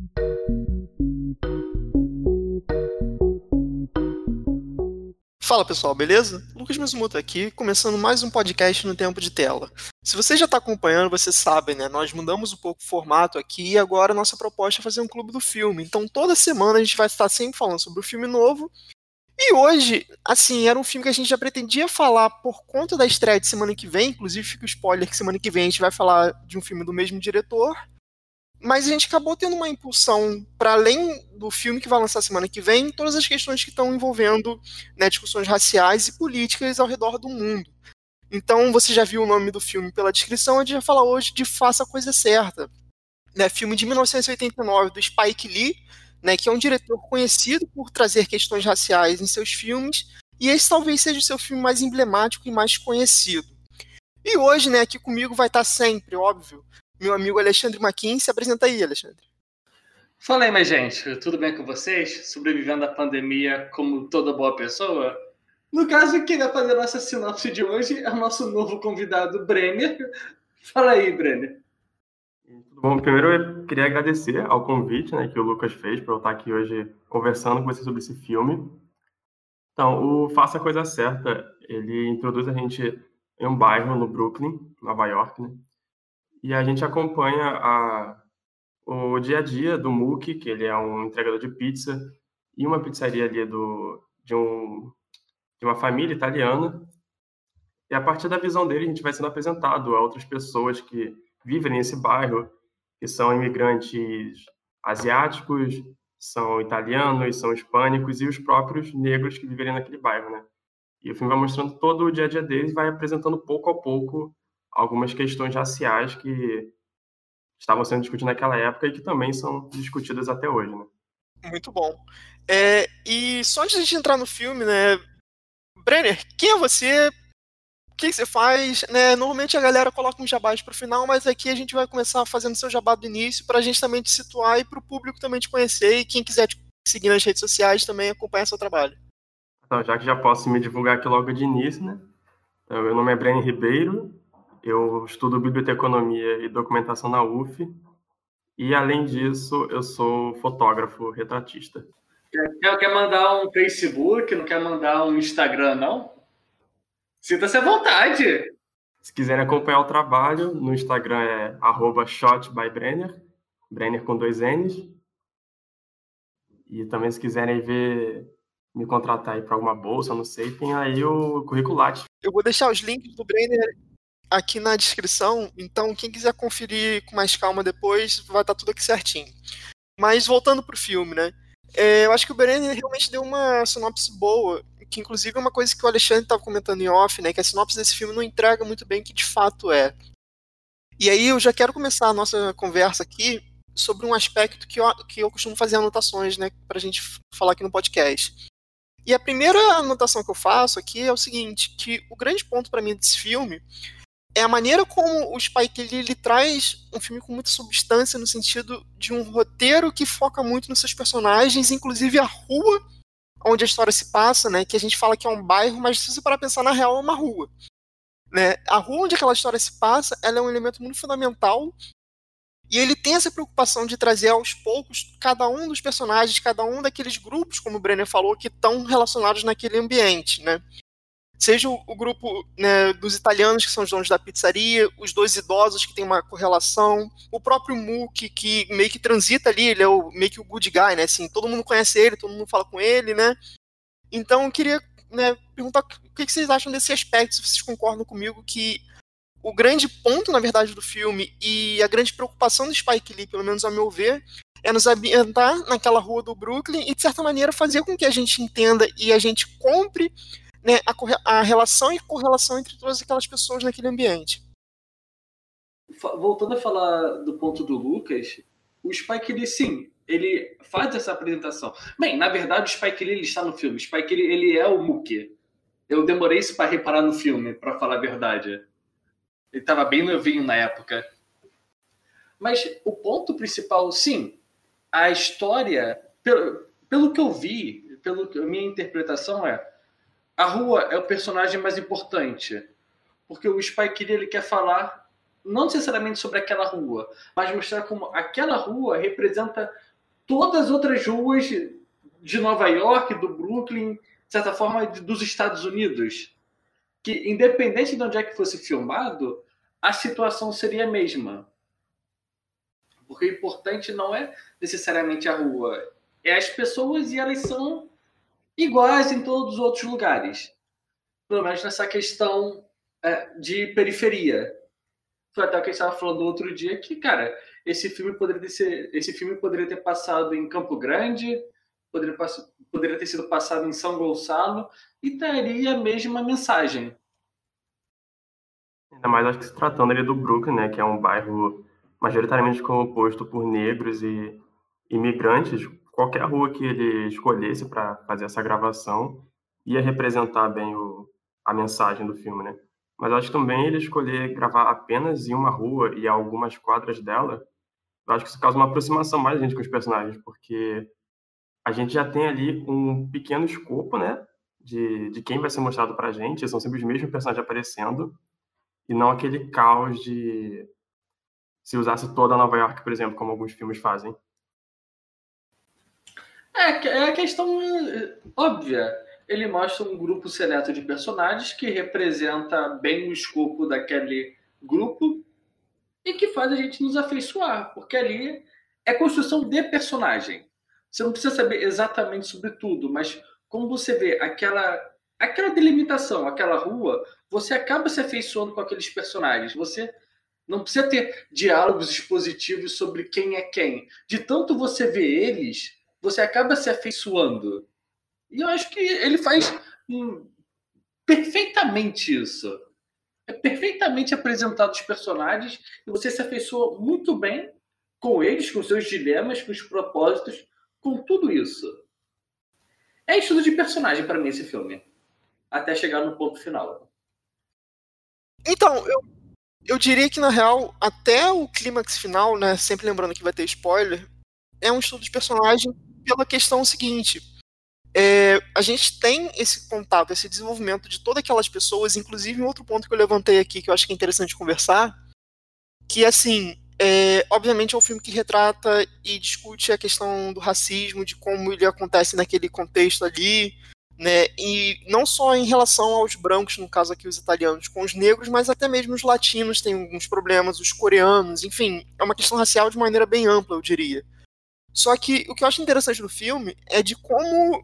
Fala pessoal, beleza? Lucas Masumoto aqui, começando mais um podcast no Tempo de Tela. Se você já está acompanhando, você sabe, né? Nós mudamos um pouco o formato aqui e agora a nossa proposta é fazer um clube do filme. Então toda semana a gente vai estar sempre falando sobre o filme novo. E hoje, assim, era um filme que a gente já pretendia falar por conta da estreia de semana que vem. Inclusive fica o spoiler que semana que vem a gente vai falar de um filme do mesmo diretor. Mas a gente acabou tendo uma impulsão para além do filme que vai lançar semana que vem, todas as questões que estão envolvendo, né, discussões raciais e políticas ao redor do mundo. Então você já viu o nome do filme pela descrição, a gente vai falar hoje de Faça a Coisa Certa, né, filme de 1989 do Spike Lee, né, que é um diretor conhecido por trazer questões raciais em seus filmes, e esse talvez seja o seu filme mais emblemático e mais conhecido. E hoje, né, aqui comigo vai estar sempre, óbvio, meu amigo Alexandre Maquin. Se apresenta aí, Alexandre. Fala aí, minha gente. Tudo bem com vocês? Sobrevivendo à pandemia como toda boa pessoa? No caso, quem vai fazer a nossa sinopse de hoje é o nosso novo convidado, Brenner. Fala aí, Brenner. Tudo bom? Primeiro eu queria agradecer ao convite, né, que o Lucas fez para eu estar aqui hoje conversando com você sobre esse filme. Então, o Faça a Coisa Certa, ele introduz a gente em um bairro no Brooklyn, Nova York, né? E a gente acompanha o dia a dia do Mookie, que ele é um entregador de pizza, e uma pizzaria ali de uma família italiana. E a partir da visão dele, a gente vai sendo apresentado a outras pessoas que vivem nesse bairro, que são imigrantes asiáticos, são italianos, são hispânicos e os próprios negros que viveriam naquele bairro, né? E o filme vai mostrando todo o dia a dia deles e vai apresentando pouco a pouco algumas questões raciais que estavam sendo discutidas naquela época e que também são discutidas até hoje, né? Muito bom. E só antes de a gente entrar no filme, né, Brenner, quem é você? O que você faz? Né, normalmente a galera coloca um jabás pro final, mas aqui a gente vai começar fazendo seu jabá do início pra gente também te situar e pro público também te conhecer e quem quiser te seguir nas redes sociais também acompanhar seu trabalho. Então, já que já posso me divulgar aqui logo de início, né? Então, meu nome é Brenner Ribeiro, eu estudo biblioteconomia e documentação na UF, e além disso, eu sou fotógrafo retratista. Quer mandar um Facebook, não quer mandar um Instagram, não? Sinta-se à vontade. Se quiserem acompanhar o trabalho, no Instagram é @shotbybrenner, Brenner com 2 N's. E também se quiserem me contratar aí para alguma bolsa, não sei, tem aí o currículo Lattes. Eu vou deixar os links do Brenner aqui na descrição, então quem quiser conferir com mais calma depois, vai estar tudo aqui certinho. Mas voltando pro filme, né? Eu acho que o Brenner realmente deu uma sinopse boa, que inclusive é uma coisa que o Alexandre estava comentando em off, né? Que a sinopse desse filme não entrega muito bem o que de fato é. E aí eu já quero começar a nossa conversa aqui sobre um aspecto que eu costumo fazer anotações, né? Pra gente falar aqui no podcast. E a primeira anotação que eu faço aqui é o seguinte, que o grande ponto para mim desse filme é a maneira como o Spike Lee ele traz um filme com muita substância no sentido de um roteiro que foca muito nos seus personagens, inclusive a rua onde a história se passa, né, que a gente fala que é um bairro, mas se você parar pra pensar, na real é uma rua. Né? A rua onde aquela história se passa, ela é um elemento muito fundamental e ele tem essa preocupação de trazer aos poucos cada um dos personagens, cada um daqueles grupos, como o Brenner falou, que estão relacionados naquele ambiente, né? Seja o grupo, né, dos italianos, que são os donos da pizzaria, os dois idosos que tem uma correlação, o próprio Mookie, que meio que transita ali, ele é meio que o good guy, né, assim, todo mundo conhece ele, todo mundo fala com ele, né, então eu queria, né, perguntar o que vocês acham desse aspecto, se vocês concordam comigo que o grande ponto, na verdade, do filme e a grande preocupação do Spike Lee, pelo menos ao meu ver, é nos ambientar naquela rua do Brooklyn e, de certa maneira, fazer com que a gente entenda e a gente compre, né, a relação e correlação entre todas aquelas pessoas naquele ambiente. Voltando a falar do ponto do Lucas, o Spike Lee, sim, ele faz essa apresentação. Bem, na verdade, o Spike Lee ele está no filme. O Spike Lee ele é o Mookie. Eu demorei isso para reparar no filme, para falar a verdade. Ele estava bem novinho na época. Mas o ponto principal, sim, a história, pelo que eu vi, a minha interpretação a rua é o personagem mais importante, porque o Spike Lee ele quer falar não necessariamente sobre aquela rua, mas mostrar como aquela rua representa todas as outras ruas de Nova York, do Brooklyn, de certa forma, dos Estados Unidos. Que, independente de onde é que fosse filmado, a situação seria a mesma. Porque o importante não é necessariamente a rua, é as pessoas, e elas são iguais em todos os outros lugares. Pelo menos nessa questão de periferia. Foi até o que a gente estava falando outro dia, que, cara, esse filme poderia ter passado em Campo Grande, poderia ter sido passado em São Gonçalo, e daria a mesma mensagem. Ainda mais acho que se tratando ali do Brooklyn, né, que é um bairro majoritariamente composto por negros e imigrantes, qualquer rua que ele escolhesse para fazer essa gravação ia representar bem a mensagem do filme, né? Mas acho que também ele escolher gravar apenas em uma rua e algumas quadras dela, eu acho que isso causa uma aproximação mais da gente com os personagens, porque a gente já tem ali um pequeno escopo, né, de quem vai ser mostrado pra gente, são sempre os mesmos personagens aparecendo, e não aquele caos de se usasse toda Nova York, por exemplo, como alguns filmes fazem. É a questão óbvia. Ele mostra um grupo seleto de personagens que representa bem o escopo daquele grupo e que faz a gente nos afeiçoar, porque ali é construção de personagem. Você não precisa saber exatamente sobre tudo, mas como você vê aquela delimitação, aquela rua, você acaba se afeiçoando com aqueles personagens. Você não precisa ter diálogos expositivos sobre quem é quem. De tanto você ver eles, você acaba se afeiçoando. E eu acho que ele faz perfeitamente isso. É perfeitamente apresentado os personagens e você se afeiçoa muito bem com eles, com seus dilemas, com os propósitos, com tudo isso. É estudo de personagem para mim esse filme. Até chegar no ponto final. Então, eu diria que, na real, até o clímax final, né, sempre lembrando que vai ter spoiler, é um estudo de personagem pela questão seguinte. A gente tem esse contato, esse desenvolvimento de todas aquelas pessoas, inclusive um outro ponto que eu levantei aqui, que eu acho que é interessante conversar, que, assim, obviamente é um filme que retrata e discute a questão do racismo, de como ele acontece naquele contexto ali, né, e não só em relação aos brancos, no caso aqui os italianos, com os negros, mas até mesmo os latinos têm alguns problemas, os coreanos, enfim, é uma questão racial de maneira bem ampla, eu diria. Só que o que eu acho interessante do filme é de como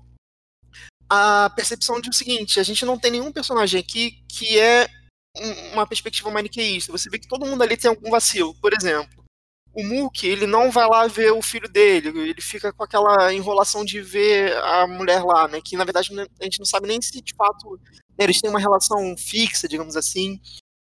a percepção de o seguinte, a gente não tem nenhum personagem aqui que é uma perspectiva maniqueísta. Você vê que todo mundo ali tem algum vacilo. Por exemplo, o Mookie, ele não vai lá ver o filho dele, ele fica com aquela enrolação de ver a mulher lá, né? Que na verdade a gente não sabe nem se de fato eles têm uma relação fixa, digamos assim.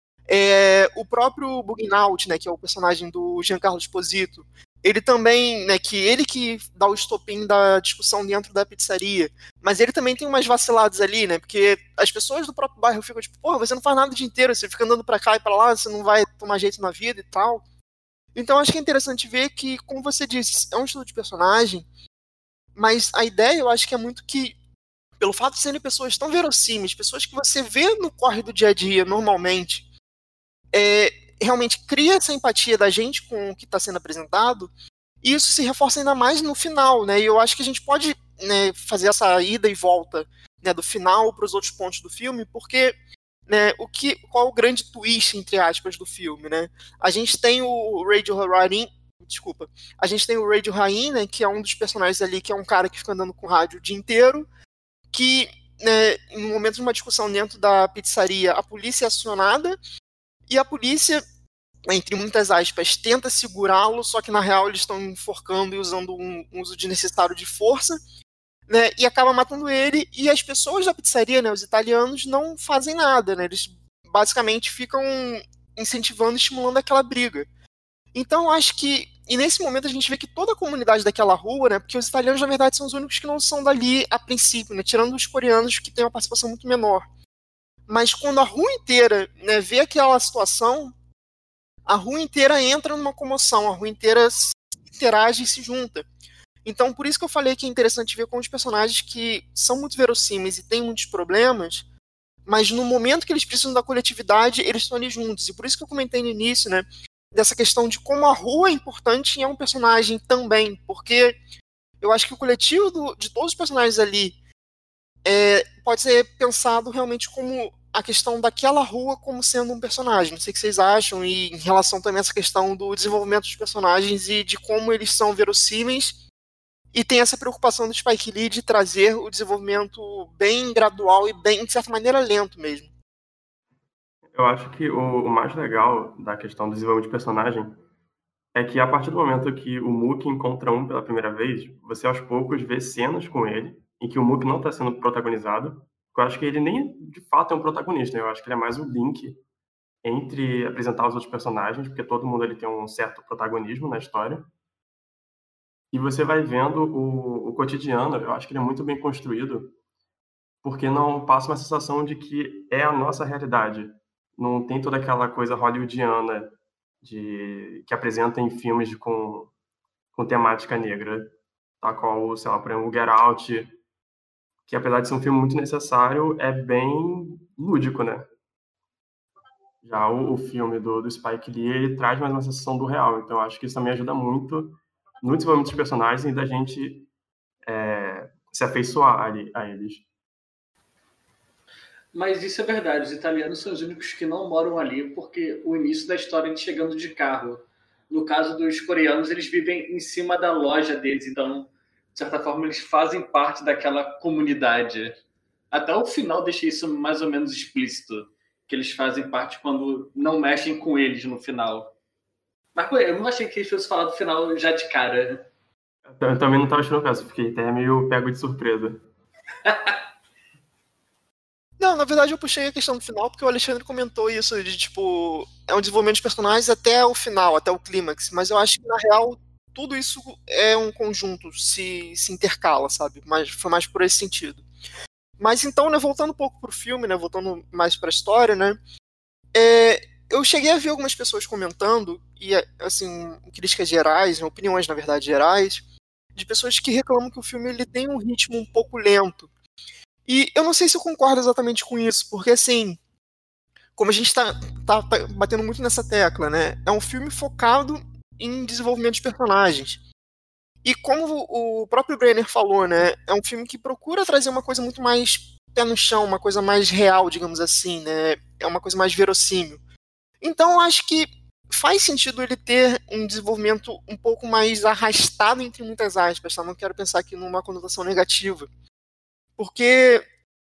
O próprio Bugnaut, né, que é o personagem do Giancarlo Esposito, ele também, né, ele que dá o estopim da discussão dentro da pizzaria, mas ele também tem umas vaciladas ali, né, porque as pessoas do próprio bairro ficam tipo, porra, você não faz nada o dia inteiro, você fica andando pra cá e pra lá, você não vai tomar jeito na vida e tal. Então acho que é interessante ver que, como você disse, é um estudo de personagem, mas a ideia eu acho que é muito que, pelo fato de serem pessoas tão verossímeis, pessoas que você vê no corre do dia a dia normalmente, realmente cria essa empatia da gente com o que está sendo apresentado, e isso se reforça ainda mais no final, né? E eu acho que a gente pode, né, fazer essa ida e volta, né, do final para os outros pontos do filme, porque, né, qual o grande twist, entre aspas, do filme, né? A gente tem o Radio Haim, a gente tem o Radio Haim, né, que é um dos personagens ali, que é um cara que fica andando com rádio o dia inteiro, que, né, em um momento de uma discussão dentro da pizzaria, a polícia é acionada, e a polícia, entre muitas aspas, tenta segurá-lo, só que na real eles estão enforcando e usando um uso desnecessário de força, né, e acaba matando ele, e as pessoas da pizzaria, né, os italianos, não fazem nada, né, eles basicamente ficam incentivando e estimulando aquela briga. Então eu acho que, e nesse momento a gente vê que toda a comunidade daquela rua, né, porque os italianos na verdade são os únicos que não são dali a princípio, né, tirando os coreanos que têm uma participação muito menor. Mas quando a rua inteira, né, vê aquela situação, a rua inteira entra numa comoção, a rua inteira se interage e se junta. Então, por isso que eu falei que é interessante ver como os personagens que são muito verossímeis e têm muitos problemas, mas no momento que eles precisam da coletividade, eles estão ali juntos. E por isso que eu comentei no início, né, dessa questão de como a rua é importante e é um personagem também, porque eu acho que o coletivo de todos os personagens ali pode ser pensado realmente como a questão daquela rua como sendo um personagem. Não sei o que vocês acham, e em relação também a essa questão do desenvolvimento dos personagens e de como eles são verossímeis, e tem essa preocupação do Spike Lee de trazer o desenvolvimento bem gradual e bem, de certa maneira, lento mesmo. Eu acho que o mais legal da questão do desenvolvimento de personagem é que a partir do momento que o Mookie encontra um pela primeira vez, você aos poucos vê cenas com ele em que o Mookie não está sendo protagonizado. Eu acho que ele nem de fato é um protagonista, né? Eu acho que ele é mais o link entre apresentar os outros personagens, porque todo mundo ele tem um certo protagonismo na história. E você vai vendo o cotidiano, eu acho que ele é muito bem construído, porque não passa uma sensação de que é a nossa realidade. Não tem toda aquela coisa hollywoodiana que apresenta em filmes com temática negra, tal qual, sei lá, por exemplo, o Get Out, que apesar de ser um filme muito necessário, é bem lúdico, né? Já o filme do Spike Lee, ele traz mais uma sensação do real, então acho que isso também ajuda muito no desenvolvimento dos personagens e da gente se afeiçoar a eles. Mas isso é verdade, os italianos são os únicos que não moram ali, porque o início da história é eles chegando de carro. No caso dos coreanos, eles vivem em cima da loja deles, então, de certa forma, eles fazem parte daquela comunidade. Até o final deixa isso mais ou menos explícito, que eles fazem parte quando não mexem com eles no final. Mas, pô, eu não achei que eles fossem falar do final já de cara. Eu também não estava achando essa, fiquei até meio pego de surpresa. Não, na verdade eu puxei a questão do final porque o Alexandre comentou isso de, tipo, é um desenvolvimento de personagens até o final, até o clímax, mas eu acho que, na real, tudo isso é um conjunto, se intercala, sabe? Mas foi mais por esse sentido. Mas então, né, voltando um pouco pro filme, né, voltando mais pra história, né, eu cheguei a ver algumas pessoas comentando, e assim, críticas gerais, opiniões, na verdade, gerais, de pessoas que reclamam que o filme ele tem um ritmo um pouco lento. E eu não sei se eu concordo exatamente com isso, porque assim, como a gente tá batendo muito nessa tecla, né, é um filme focado em desenvolvimento de personagens. E como o próprio Brenner falou, né, é um filme que procura trazer uma coisa muito mais pé no chão, uma coisa mais real, digamos assim, né, é uma coisa mais verossímil. Então eu acho que faz sentido ele ter um desenvolvimento um pouco mais arrastado, entre muitas aspas, tá? Não quero pensar aqui numa conotação negativa. Porque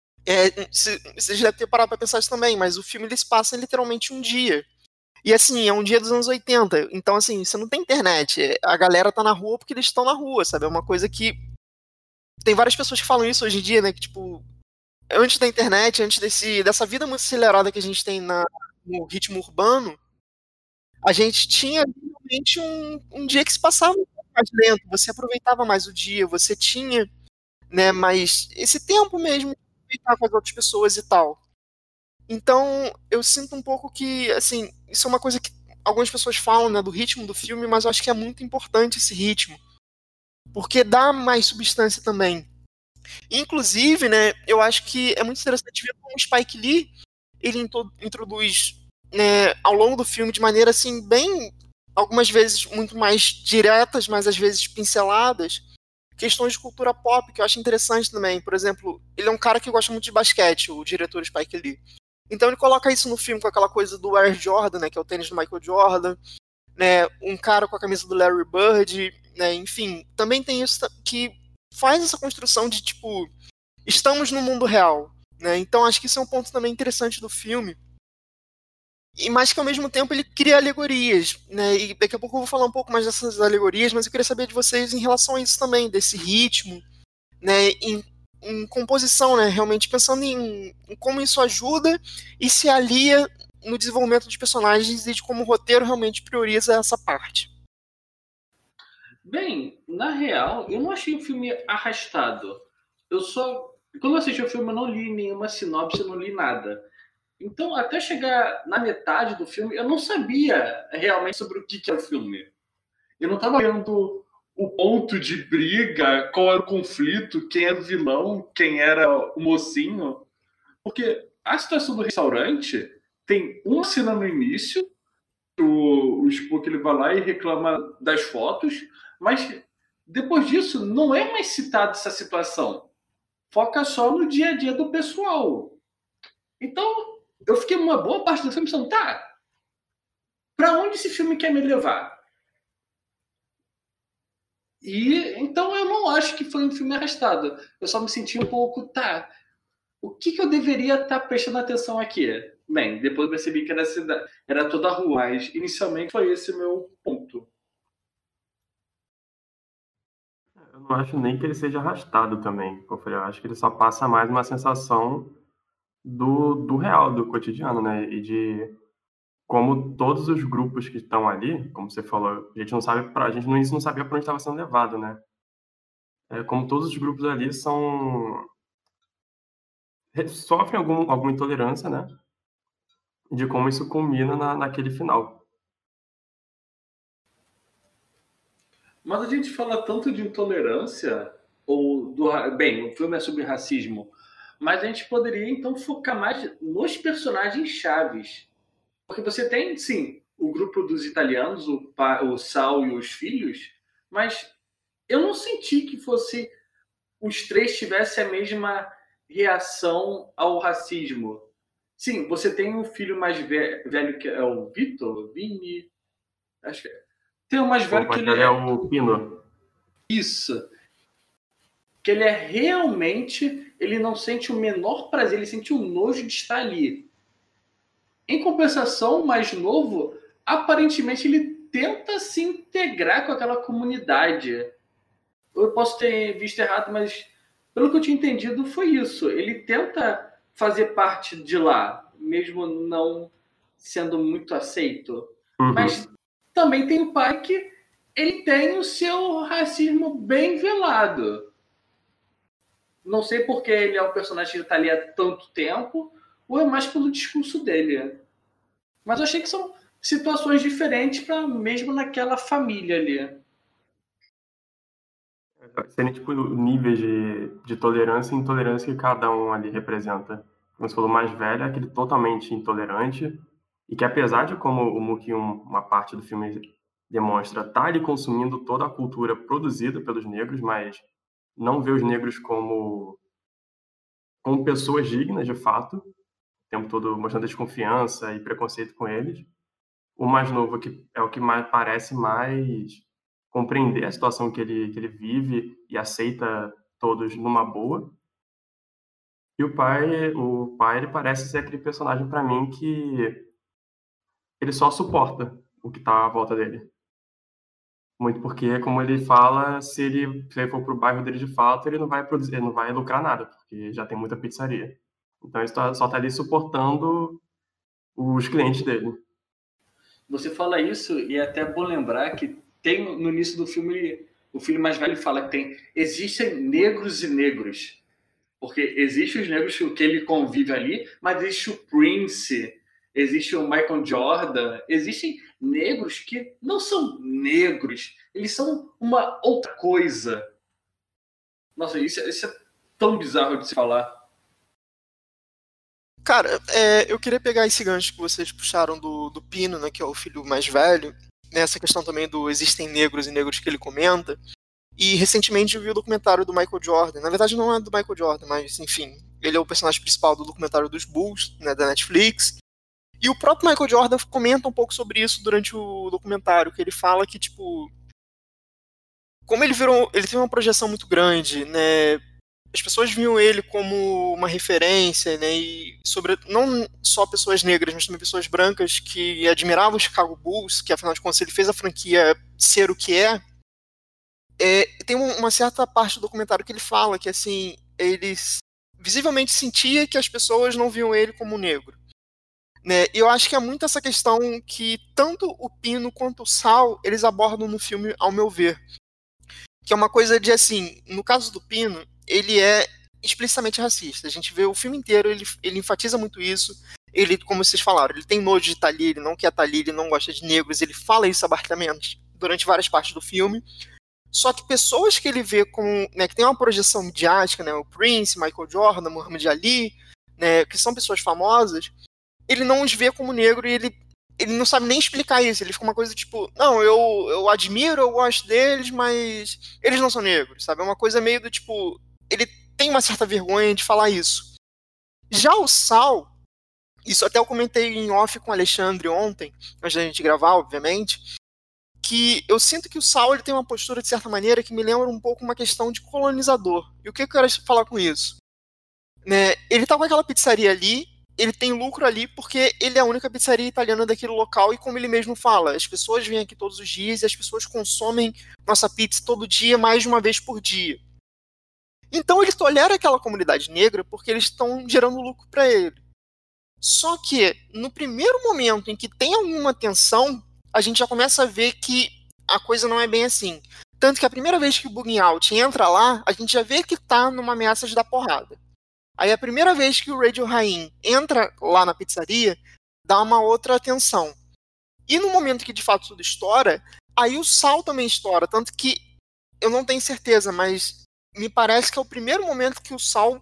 vocês devem ter parado pra pensar isso também, mas o filme ele se passa em literalmente um dia. E assim, é um dia dos anos 80. Então, assim, você não tem internet. A galera tá na rua porque eles estão na rua, sabe? É uma coisa que. Tem várias pessoas que falam isso hoje em dia, né? Que, tipo, antes da internet, antes dessa vida muito acelerada que a gente tem no ritmo urbano, a gente tinha realmente um dia que se passava um pouco mais lento. Você aproveitava mais o dia, você tinha, né, mais esse tempo mesmo de aproveitar com as outras pessoas e tal. Então, eu sinto um pouco que, assim, isso é uma coisa que algumas pessoas falam, né, do ritmo do filme, mas eu acho que é muito importante esse ritmo, porque dá mais substância também. Inclusive, né, eu acho que é muito interessante ver como o Spike Lee, ele introduz, né, ao longo do filme, de maneira, assim, bem, algumas vezes muito mais diretas, mas às vezes pinceladas, questões de cultura pop, que eu acho interessante também. Por exemplo, ele é um cara que gosta muito de basquete, o diretor Spike Lee. Então ele coloca isso no filme com aquela coisa do Air Jordan, né, que é o tênis do Michael Jordan, né, um cara com a camisa do Larry Bird, né, enfim, também tem isso que faz essa construção de, tipo, estamos no mundo real, né, então acho que isso é um ponto também interessante do filme, e mais que ao mesmo tempo ele cria alegorias, né, e daqui a pouco eu vou falar um pouco mais dessas alegorias, mas eu queria saber de vocês em relação a isso também, desse ritmo, né, em composição, né, realmente pensando em como isso ajuda e se alia no desenvolvimento de personagens e de como o roteiro realmente prioriza essa parte. Bem, na real, eu não achei o filme arrastado. Quando eu assisti o filme, eu não li nenhuma sinopse, eu não li nada. Então, até chegar na metade do filme, eu não sabia realmente sobre o que era o filme. Eu não estava vendo o ponto de briga, qual era o conflito, quem era o vilão, quem era o mocinho. Porque a situação do restaurante tem uma cena no início, o Spock ele vai lá e reclama das fotos, mas Depois disso, não é mais citado essa situação. Foca só no dia a dia do pessoal. Então, eu fiquei uma boa parte do filme pensando, tá, pra onde esse filme quer me levar? E então eu não acho que foi um filme arrastado. Eu só me senti um pouco, tá, o que eu deveria estar prestando atenção aqui? Bem, depois eu percebi que era toda a rua, mas inicialmente foi esse o meu ponto. Eu não acho nem que ele seja arrastado também. Como eu falei, eu acho que ele só passa mais uma sensação do real, do cotidiano, né? E de como todos os grupos que estão ali, como você falou, a gente não sabe, a gente no início não sabia para onde estava sendo levado, né? Como todos os grupos ali sofrem alguma intolerância, né? De como isso culmina naquele final. Mas a gente fala tanto de intolerância, bem, o filme é sobre racismo, mas a gente poderia então focar mais nos personagens chaves. Porque você tem, sim, o grupo dos italianos, o Sal e os filhos, mas eu não senti que fosse os três tivessem a mesma reação ao racismo. Sim, você tem um filho mais velho que é o Vitor, Vini, acho que tem um mais velho que ele é o Pino. Isso. Que ele é realmente, ele não sente o menor prazer, ele sente o nojo de estar ali. Em compensação, o mais novo, aparentemente ele tenta se integrar com aquela comunidade. Eu posso ter visto errado, mas pelo que eu tinha entendido foi isso. Ele tenta fazer parte de lá, mesmo não sendo muito aceito. Uhum. Mas também tem o pai que ele tem o seu racismo bem velado. Não sei porque ele é um personagem que está ali há tanto tempo, ou é mais pelo discurso dele. Mas eu achei que são situações diferentes para mesmo naquela família ali. Serem tipo níveis de tolerância e intolerância que cada um ali representa. Como você falou, o mais velho é aquele totalmente intolerante e que, apesar de como o Mookie, uma parte do filme demonstra, tá ali consumindo toda a cultura produzida pelos negros, mas não vê os negros como pessoas dignas, de fato, o tempo todo mostrando desconfiança e preconceito com eles. O mais novo que é o que parece mais compreender a situação que ele vive e aceita todos numa boa. E o pai ele parece ser aquele personagem para mim que ele só suporta o que tá à volta dele. Muito porque, como ele fala, se ele for pro bairro dele de fato, ele não vai produzir, ele não vai lucrar nada, porque já tem muita pizzaria. Então ele só tá ali suportando os clientes dele. Você fala isso e é até bom lembrar que tem no início do filme, o filho mais velho fala que existem negros e negros. Porque existem os negros que ele convive ali, mas existe o Prince, existe o Michael Jordan, existem negros que não são negros, eles são uma outra coisa. Nossa, isso é tão bizarro de se falar. Cara, eu queria pegar esse gancho que vocês puxaram do Pino, né, que é o filho mais velho, nessa questão também do existem negros e negros que ele comenta. E recentemente eu vi o documentário do Michael Jordan. Na verdade não é do Michael Jordan, mas enfim, ele é o personagem principal do documentário dos Bulls, né, da Netflix. E o próprio Michael Jordan comenta um pouco sobre isso durante o documentário, que ele fala que, tipo, como ele teve uma projeção muito grande, né, as pessoas viam ele como uma referência, né, e não só pessoas negras, mas também pessoas brancas que admiravam o Chicago Bulls, que afinal de contas ele fez a franquia ser o que é. Tem uma certa parte do documentário que ele fala que, assim, ele visivelmente sentia que as pessoas não viam ele como negro. Né? E eu acho que é muito essa questão que tanto o Pino quanto o Sal, eles abordam no filme, ao meu ver. Que é uma coisa de, assim, no caso do Pino, ele é explicitamente racista. A gente vê o filme inteiro, ele enfatiza muito isso. Ele, como vocês falaram, ele tem nojo de estar ali, ele não quer estar ali, ele não gosta de negros, ele fala isso abertamente durante várias partes do filme. Só que pessoas que ele vê como, né, que tem uma projeção midiática, né, o Prince, Michael Jordan, Muhammad Ali, né, que são pessoas famosas, ele não os vê como negro e ele ele não sabe nem explicar isso. Ele fica uma coisa tipo, não, eu admiro, eu gosto deles, mas eles não são negros, sabe? É uma coisa meio do tipo, ele tem uma certa vergonha de falar isso. Já o Sal, isso até eu comentei em off com o Alexandre ontem, antes da gente gravar, obviamente, que eu sinto que o Sal ele tem uma postura, de certa maneira, que me lembra um pouco uma questão de colonizador. E o que eu quero falar com isso? Né, ele tá com aquela pizzaria ali, ele tem lucro ali porque ele é a única pizzaria italiana daquele local e como ele mesmo fala, as pessoas vêm aqui todos os dias e as pessoas consomem nossa pizza todo dia, mais de uma vez por dia. Então ele tolera aquela comunidade negra porque eles estão gerando lucro para ele. Só que no primeiro momento em que tem alguma tensão, a gente já começa a ver que a coisa não é bem assim. Tanto que a primeira vez que o Bugging Out entra lá, a gente já vê que tá numa ameaça de dar porrada. Aí a primeira vez que o Radio Rain entra lá na pizzaria, dá uma outra atenção. E no momento que de fato tudo estoura, aí o Sal também estoura. Tanto que eu não tenho certeza, mas me parece que é o primeiro momento que o Sal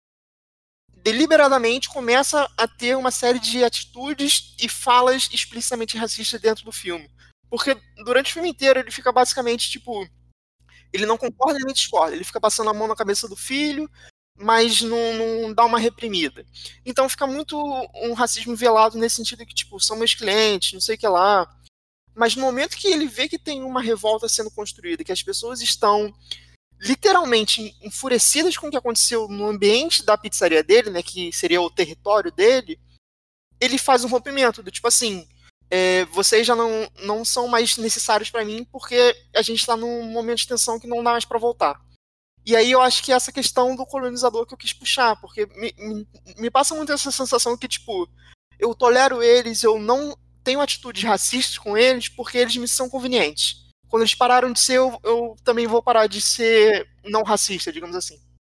deliberadamente começa a ter uma série de atitudes e falas explicitamente racistas dentro do filme. Porque durante o filme inteiro ele fica basicamente tipo, ele não concorda nem discorda, ele fica passando a mão na cabeça do filho, mas não dá uma reprimida. Então fica muito um racismo velado nesse sentido que, tipo, são meus clientes, não sei o que lá. Mas no momento que ele vê que tem uma revolta sendo construída, que as pessoas estão literalmente enfurecidas com o que aconteceu no ambiente da pizzaria dele, né, que seria o território dele, ele faz um rompimento do tipo assim, vocês já não são mais necessários para mim porque a gente está num momento de tensão que não dá mais para voltar. E aí eu acho que é essa questão do colonizador que eu quis puxar, porque me passa muito essa sensação que, tipo, eu tolero eles, eu não tenho atitudes racistas com eles porque eles me são convenientes. Quando eles pararam de ser, eu também vou parar de ser não racista, digamos assim.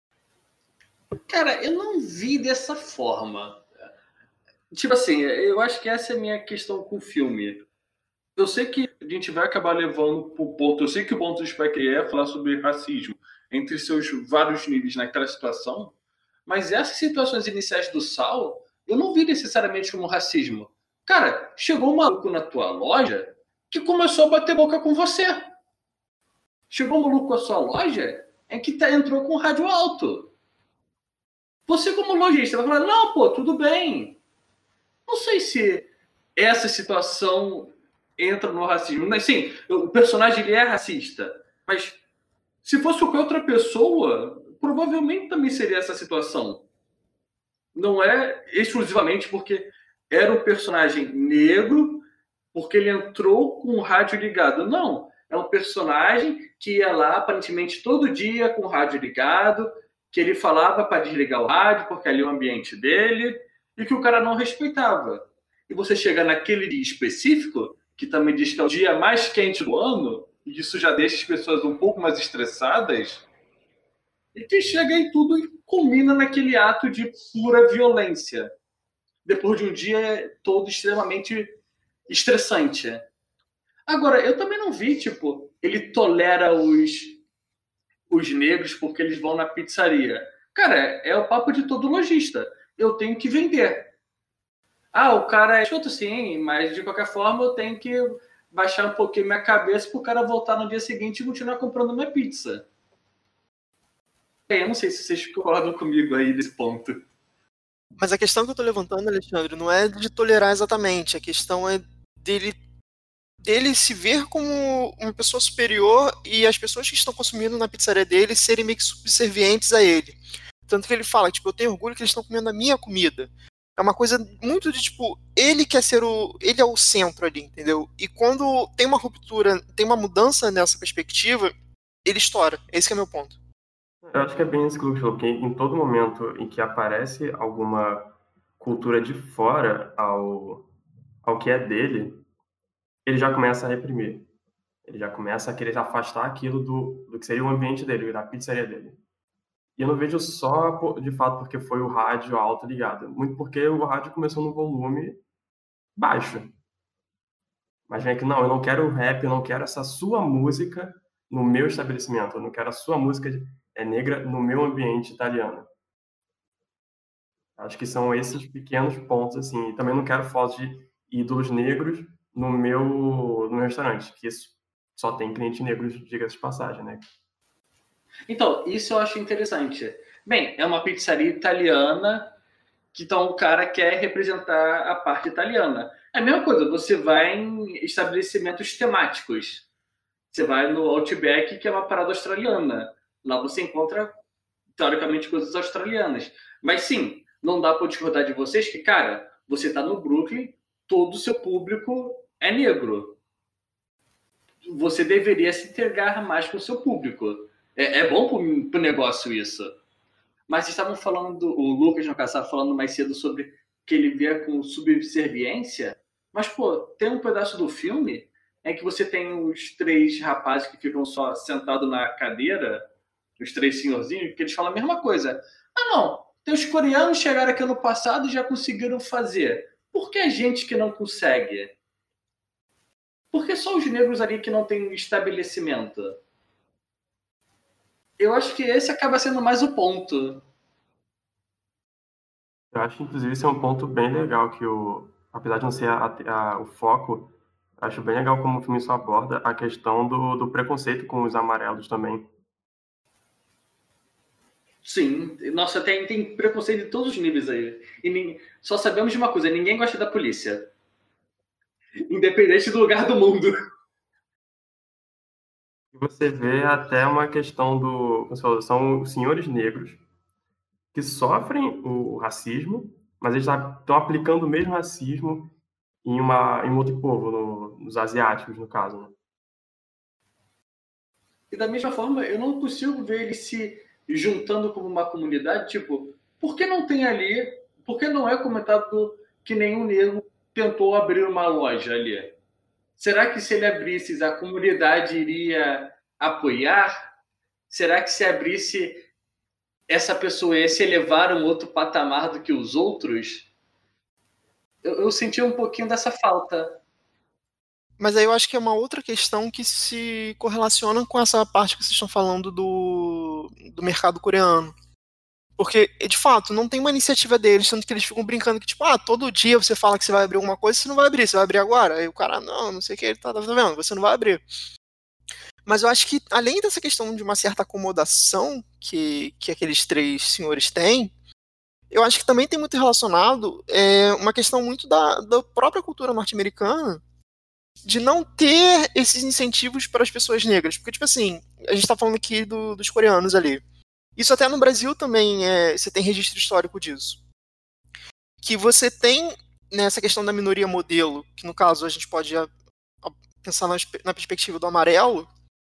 Cara, eu não vi dessa forma. Tipo assim, eu acho que essa é a minha questão com o filme. Eu sei que a gente vai acabar levando pro ponto. Eu sei que o ponto do Spike é falar sobre racismo entre seus vários níveis naquela situação, mas essas situações iniciais do Sal, eu não vi necessariamente como racismo. Cara, chegou um maluco na tua loja que começou a bater boca com você. Chegou um maluco à sua loja em que entrou com rádio alto. Você, como lojista, vai falar: não, pô, tudo bem. Não sei se essa situação entra no racismo. Sim, o personagem ele é racista, mas se fosse qualquer outra pessoa, provavelmente também seria essa situação. Não é exclusivamente porque era um personagem negro, porque ele entrou com o rádio ligado. Não, é um personagem que ia lá aparentemente todo dia com o rádio ligado, que ele falava para desligar o rádio porque ali é o ambiente dele, e que o cara não respeitava. E você chega naquele dia específico, que também diz que é o dia mais quente do ano, e isso já deixa as pessoas um pouco mais estressadas, e que chega em tudo e culmina naquele ato de pura violência. Depois de um dia todo extremamente estressante. Agora, eu também não vi, tipo, ele tolera os negros porque eles vão na pizzaria. Cara, é o papo de todo lojista. Eu tenho que vender. Ah, o cara é chuto sim, mas de qualquer forma eu tenho que baixar um pouquinho minha cabeça para o cara voltar no dia seguinte e continuar comprando minha pizza. Eu não sei se vocês concordam comigo aí nesse ponto. Mas a questão que eu tô levantando, Alexandre, não é de tolerar exatamente. A questão é dele se ver como uma pessoa superior e as pessoas que estão consumindo na pizzaria dele serem meio que subservientes a ele. Tanto que ele fala, tipo, eu tenho orgulho que eles estão comendo a minha comida. É uma coisa muito de, tipo, ele quer ser ele é o centro ali, entendeu? E quando tem uma ruptura, tem uma mudança nessa perspectiva, ele estoura. Esse que é meu ponto. Eu acho que é bem isso que o Luke falou, que em todo momento em que aparece alguma cultura de fora ao que é dele, ele já começa a reprimir. Ele já começa a querer afastar aquilo do que seria o ambiente dele, da pizzaria dele. E eu não vejo só, de fato, porque foi o rádio alto ligado. Muito porque o rádio começou no volume baixo. Mas é que, não, eu não quero rap, eu não quero essa sua música no meu estabelecimento. Eu não quero a sua música negra no meu ambiente italiano. Acho que são esses pequenos pontos, assim. E também não quero fotos ídolos negros no meu restaurante, que só tem clientes negros, diga-se de passagem, né? Então, isso eu acho interessante. Bem, é uma pizzaria italiana, que então o cara quer representar a parte italiana. É a mesma coisa, você vai em estabelecimentos temáticos. Você vai no Outback, que é uma parada australiana. Lá você encontra, teoricamente, coisas australianas. Mas sim, não dá para discordar de vocês que, cara, você tá no Brooklyn, todo o seu público é negro. Você deveria se integrar mais com o seu público. É bom pro negócio isso. Mas vocês estavam falando, o Lucas, no caso, estava falando mais cedo sobre que ele via com subserviência. Mas, pô, tem um pedaço do filme em que você tem os três rapazes que ficam só sentados na cadeira, os três senhorzinhos, que eles falam a mesma coisa. Ah, não, tem os coreanos que chegaram aqui no passado e já conseguiram fazer. Por que a gente que não consegue? Por que só os negros ali que não tem estabelecimento? Eu acho que esse acaba sendo mais o ponto. Eu acho, inclusive, esse é um ponto bem legal, apesar de não ser o foco, acho bem legal como o filme só aborda a questão do preconceito com os amarelos também. Sim, nossa, tem preconceito de todos os níveis aí. Só sabemos de uma coisa, ninguém gosta da polícia. Independente do lugar do mundo. E você vê até uma questão como você falou, são os senhores negros que sofrem o racismo, mas eles estão aplicando o mesmo racismo em um outro povo, nos asiáticos, no caso, né? E da mesma forma, eu não consigo ver eles se juntando como uma comunidade, tipo, por que não tem ali, por que não é comentado que nenhum negro tentou abrir uma loja ali? Será que se ele abrisse, a comunidade iria apoiar? Será que se abrisse, essa pessoa ia se elevar a um outro patamar do que os outros? Eu senti um pouquinho dessa falta. Mas aí eu acho que é uma outra questão que se correlaciona com essa parte que vocês estão falando do mercado coreano. Porque, de fato, não tem uma iniciativa deles, tanto que eles ficam brincando que, tipo, todo dia você fala que você vai abrir alguma coisa, você não vai abrir, você vai abrir agora. Aí o cara, não sei o que, ele tá vendo, você não vai abrir. Mas eu acho que, além dessa questão de uma certa acomodação que aqueles três senhores têm, eu acho que também tem muito relacionado uma questão muito da própria cultura norte-americana de não ter esses incentivos para as pessoas negras. Porque, tipo assim, a gente tá falando aqui dos coreanos ali. Isso até no Brasil também você tem registro histórico disso. Que você tem nessa questão da minoria modelo, que no caso a gente pode pensar na perspectiva do amarelo,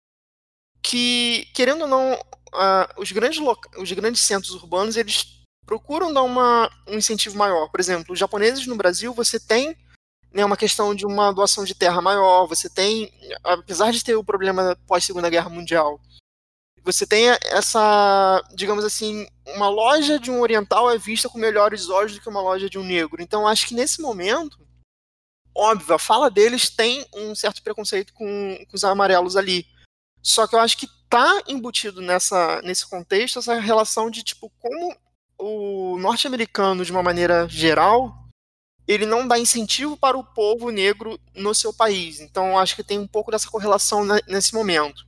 que, querendo ou não, os grandes centros urbanos, eles procuram dar um incentivo maior. Por exemplo, os japoneses no Brasil, você tem uma questão de uma doação de terra maior, você tem, apesar de ter o problema pós-Segunda Guerra Mundial, você tem essa, digamos assim, uma loja de um oriental é vista com melhores olhos do que uma loja de um negro. Então, acho que nesse momento, óbvio, a fala deles tem um certo preconceito com os amarelos ali. Só que eu acho que tá embutido nesse contexto essa relação de, tipo, como o norte-americano, de uma maneira geral, ele não dá incentivo para o povo negro no seu país. Então, eu acho que tem um pouco dessa correlação nesse momento.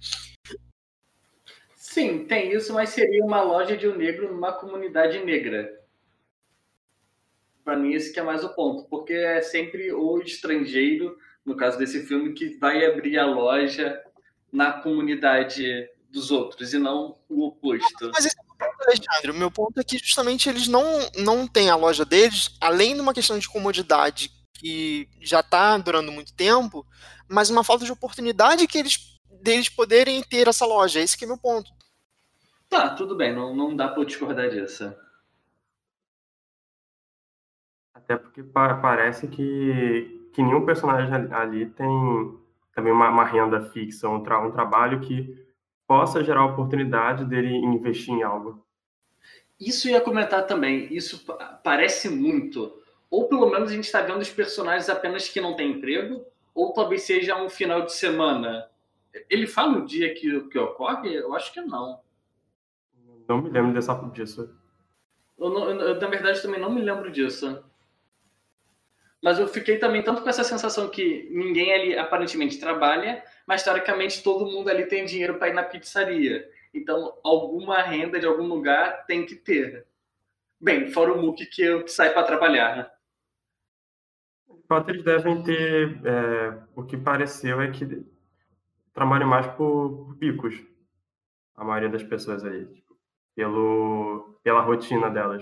Sim, tem isso, mas seria uma loja de um negro numa comunidade negra. Para mim, esse que é mais o ponto, porque é sempre o estrangeiro, no caso desse filme, que vai abrir a loja na comunidade dos outros, e não o oposto. Mas esse é o ponto, Alexandre. O meu ponto é que justamente eles não têm a loja deles, além de uma questão de comodidade que já está durando muito tempo, mas uma falta de oportunidade deles poderem ter essa loja. Esse que é o meu ponto. Tá, tudo bem, não dá para eu discordar disso. Até porque parece que nenhum personagem ali tem também uma renda fixa, um trabalho que possa gerar a oportunidade dele investir em algo. Isso ia comentar também, isso parece muito. Ou pelo menos a gente está vendo os personagens apenas que não têm emprego, ou talvez seja um final de semana. Ele fala o dia que ocorre? Eu acho que não. Não me lembro disso. Eu, na verdade, também não me lembro disso. Mas eu fiquei também tanto com essa sensação que ninguém ali aparentemente trabalha, mas teoricamente todo mundo ali tem dinheiro para ir na pizzaria. Então, alguma renda de algum lugar tem que ter. Bem, fora o Mookie que sai para trabalhar, né? De fato, eles devem ter. O que pareceu é que trabalham mais por bicos, a maioria das pessoas aí, tipo, pela rotina delas.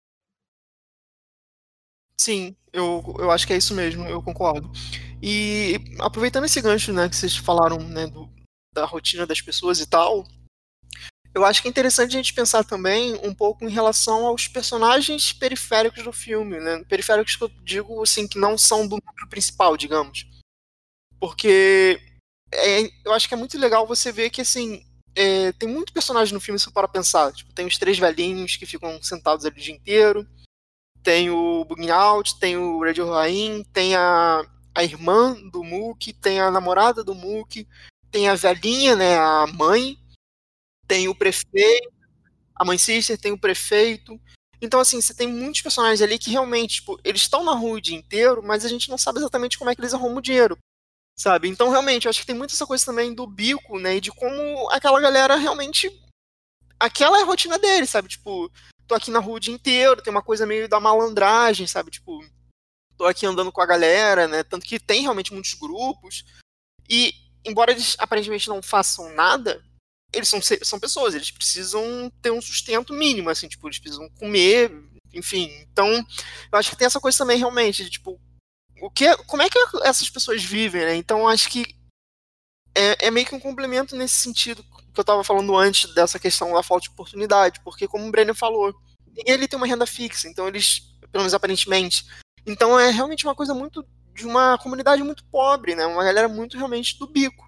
Sim, eu acho que é isso mesmo, eu concordo. E aproveitando esse gancho, né, que vocês falaram, né, da rotina das pessoas e tal, eu acho que é interessante a gente pensar também um pouco em relação aos personagens periféricos do filme, né? Periféricos que eu digo, assim, que não são do núcleo principal, digamos. Porque eu acho que é muito legal você ver que, assim, tem muito personagem no filme, se for para pensar. Tipo, tem os três velhinhos que ficam sentados ali o dia inteiro, tem o Bugging Out, tem o Radio Rain, tem a irmã do Mookie, tem a namorada do Mookie, tem a velhinha, né, a mãe, tem o prefeito, a mãe sister, tem o prefeito. Então, assim, você tem muitos personagens ali que realmente, tipo, eles estão na rua o dia inteiro, mas a gente não sabe exatamente como é que eles arrumam o dinheiro, sabe? Então, realmente, eu acho que tem muita essa coisa também do bico, né, e de como aquela galera realmente, aquela é a rotina deles, sabe? Tipo, tô aqui na rua o dia inteiro, tem uma coisa meio da malandragem, sabe? Tipo, tô aqui andando com a galera, né? Tanto que tem realmente muitos grupos. E, embora eles aparentemente não façam nada, eles são pessoas, eles precisam ter um sustento mínimo, assim, tipo, eles precisam comer, enfim. Então, eu acho que tem essa coisa também, realmente, de, tipo, como é que essas pessoas vivem, né? Então, eu acho que é meio que um complemento nesse sentido que eu tava falando antes dessa questão da falta de oportunidade, porque, como o Brenner falou, ninguém ali tem uma renda fixa, então eles, pelo menos aparentemente, então é realmente uma coisa muito de uma comunidade muito pobre, né? Uma galera muito realmente do bico.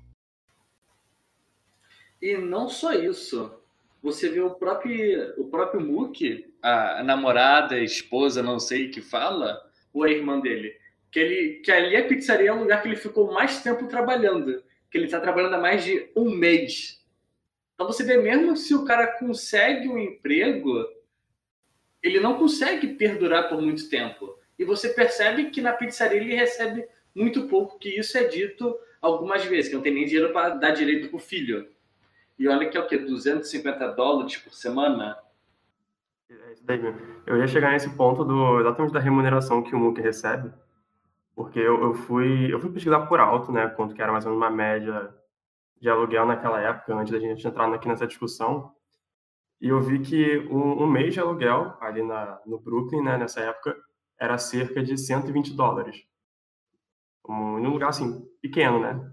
E não só isso. Você vê o próprio Mookie, a namorada, a esposa, não sei, que fala, ou a irmã dele, que ali a pizzaria é o lugar que ele ficou mais tempo trabalhando. Que ele está trabalhando há mais de um mês. Então você vê mesmo se o cara consegue um emprego, ele não consegue perdurar por muito tempo. E você percebe que na pizzaria ele recebe muito pouco, que isso é dito algumas vezes, que não tem nem dinheiro para dar direito pro filho. E olha que é o quê? $250 por semana? É isso daí mesmo. Eu ia chegar nesse ponto exatamente da remuneração que o Mookie recebe, porque eu fui pesquisar por alto, né, quanto que era mais ou menos uma média de aluguel naquela época, antes da gente entrar aqui nessa discussão, e eu vi que um mês de aluguel ali no Brooklyn, né, nessa época, era cerca de $120. Em um lugar assim, pequeno, né?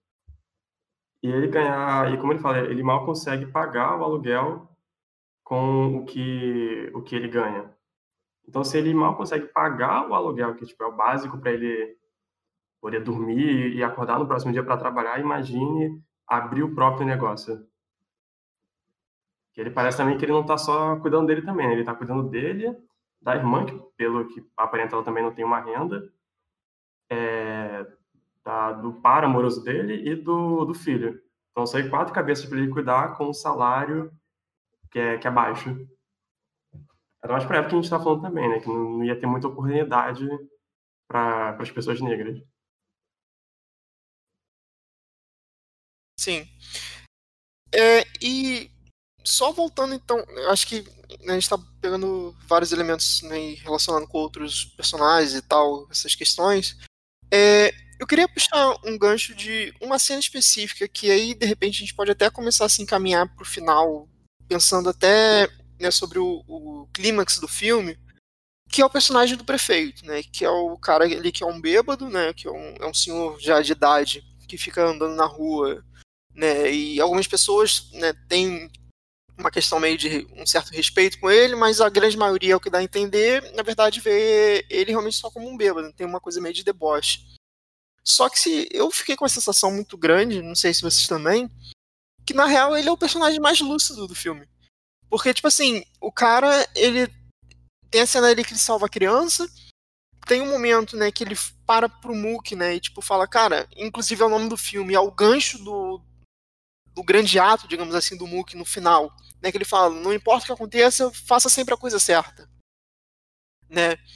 E como ele fala, ele mal consegue pagar o aluguel com o que ele ganha. Então, se ele mal consegue pagar o aluguel, que tipo, é o básico para ele poder dormir e acordar no próximo dia para trabalhar, imagine abrir o próprio negócio. Que ele parece também que ele não está só cuidando dele também, né? Ele está cuidando dele, da irmã, que pelo que aparenta ela também não tem uma renda, do par amoroso dele e do filho. Então, são aí 4 cabeças para ele cuidar com um salário que é baixo. Era mais para a época que a gente está falando também, né? Que não ia ter muita oportunidade para as pessoas negras. Sim. E só voltando, então, eu acho que a gente está pegando vários elementos, né, e relacionando com outros personagens e tal, essas questões. Eu queria puxar um gancho de uma cena específica que aí, de repente, a gente pode até começar a se encaminhar para o final, pensando até, né, sobre o clímax do filme, que é o personagem do prefeito, né, que é o cara ali que é um bêbado, né, que é um senhor já de idade, que fica andando na rua, né, e algumas pessoas, né, têm uma questão meio de um certo respeito com ele, mas a grande maioria, é o que dá a entender, na verdade, vê ele realmente só como um bêbado, tem uma coisa meio de deboche. Só que eu fiquei com uma sensação muito grande, não sei se vocês também, que na real ele é o personagem mais lúcido do filme. Porque, tipo assim, o cara, ele tem a cena ali que ele salva a criança, tem um momento, né, que ele para pro Mookie, né, e tipo fala, cara, inclusive é o nome do filme, é o gancho do grande ato, digamos assim, do Mookie no final, né, que ele fala, não importa o que aconteça, faça sempre a coisa certa, né.